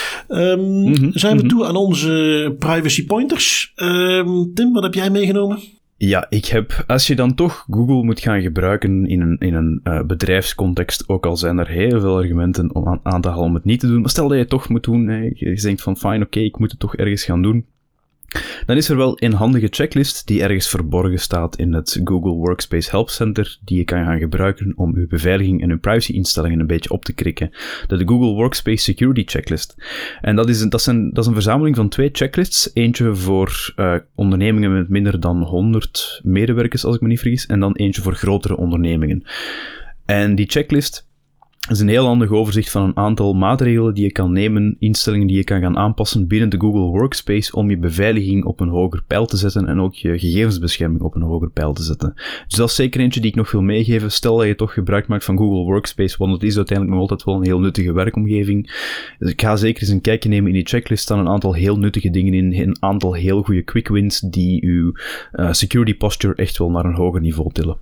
Zijn we toe aan onze privacy pointers? Tim, wat heb jij meegenomen? Ja, als je dan toch Google moet gaan gebruiken in een bedrijfscontext, ook al zijn er heel veel argumenten om aan te halen om het niet te doen, maar stel dat je het toch moet doen, je denkt van fijn, oké, ik moet het toch ergens gaan doen, dan is er wel een handige checklist die ergens verborgen staat in het Google Workspace Help Center, die je kan gaan gebruiken om je beveiliging en je privacy-instellingen een beetje op te krikken. De Google Workspace Security Checklist. En dat is een verzameling van 2 checklists. Eentje voor ondernemingen met minder dan 100 medewerkers, als ik me niet vergis, en dan eentje voor grotere ondernemingen. En die checklist is een heel handig overzicht van een aantal maatregelen die je kan nemen, instellingen die je kan gaan aanpassen binnen de Google Workspace om je beveiliging op een hoger peil te zetten en ook je gegevensbescherming op een hoger peil te zetten. Dus dat is zeker eentje die ik nog wil meegeven. Stel dat je toch gebruik maakt van Google Workspace, want het is uiteindelijk nog altijd wel een heel nuttige werkomgeving. Dus ik ga zeker eens een kijkje nemen in die checklist. Staan een aantal heel nuttige dingen in, een aantal heel goede quick wins die uw security posture echt wel naar een hoger niveau tillen.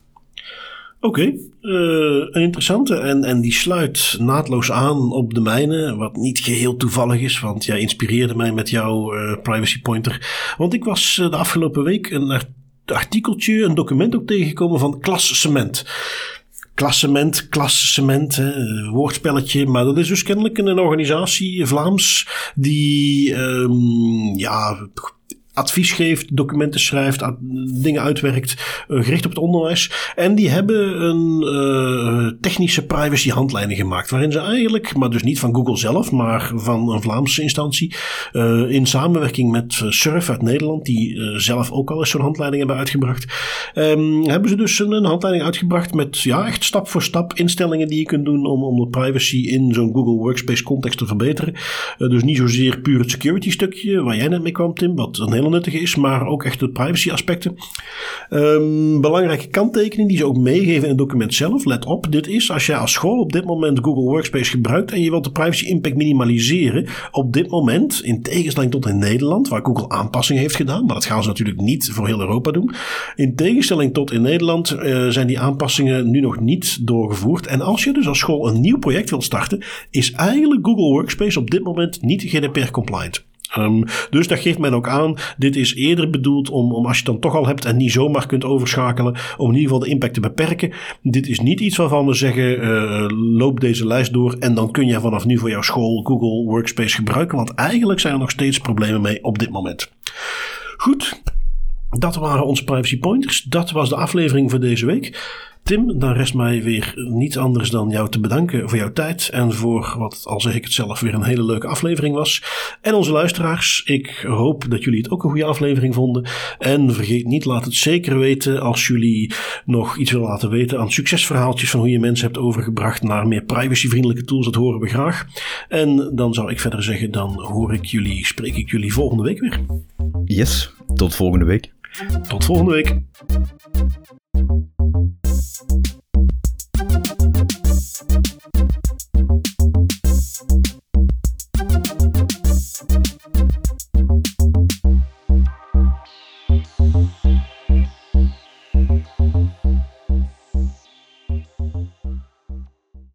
Oké, een interessante en die sluit naadloos aan op de mijne, wat niet geheel toevallig is, want jij inspireerde mij met jouw privacy pointer. Want ik was de afgelopen week een artikeltje, een document ook tegengekomen van Klassement. Klassement, woordspelletje, maar dat is dus kennelijk een organisatie, Vlaams, die advies geeft, documenten schrijft, dingen uitwerkt, gericht op het onderwijs. En die hebben een technische privacy handleiding gemaakt, waarin ze eigenlijk, maar dus niet van Google zelf, maar van een Vlaamse instantie, in samenwerking met Surf uit Nederland, die zelf ook al eens zo'n handleiding hebben uitgebracht, hebben ze dus een handleiding uitgebracht met echt stap voor stap instellingen die je kunt doen om de privacy in zo'n Google Workspace context te verbeteren. Dus niet zozeer puur het security stukje waar jij net mee kwam, Tim, wat een hele nuttige is, maar ook echt de privacy aspecten. Belangrijke kanttekening die ze ook meegeven in het document zelf. Let op, dit is als jij als school op dit moment Google Workspace gebruikt en je wilt de privacy impact minimaliseren. Op dit moment, in tegenstelling tot in Nederland, waar Google aanpassingen heeft gedaan, maar dat gaan ze natuurlijk niet voor heel Europa doen. In tegenstelling tot in Nederland zijn die aanpassingen nu nog niet doorgevoerd. En als je dus als school een nieuw project wilt starten, is eigenlijk Google Workspace op dit moment niet GDPR compliant. Dus dat geeft men ook aan, dit is eerder bedoeld om als je het dan toch al hebt en niet zomaar kunt overschakelen, om in ieder geval de impact te beperken. Dit is niet iets waarvan we zeggen, loop deze lijst door en dan kun je vanaf nu voor jouw school Google Workspace gebruiken, want eigenlijk zijn er nog steeds problemen mee op dit moment. Goed, dat waren onze privacy pointers. Dat was de aflevering voor deze week. Tim, dan rest mij weer niets anders dan jou te bedanken voor jouw tijd en voor, wat al zeg ik het zelf, weer een hele leuke aflevering was. En onze luisteraars, ik hoop dat jullie het ook een goede aflevering vonden. En vergeet niet, laat het zeker weten als jullie nog iets willen laten weten aan succesverhaaltjes van hoe je mensen hebt overgebracht naar meer privacyvriendelijke tools. Dat horen we graag. En dan zou ik verder zeggen, dan spreek ik jullie volgende week weer. Yes, tot volgende week. Tot volgende week.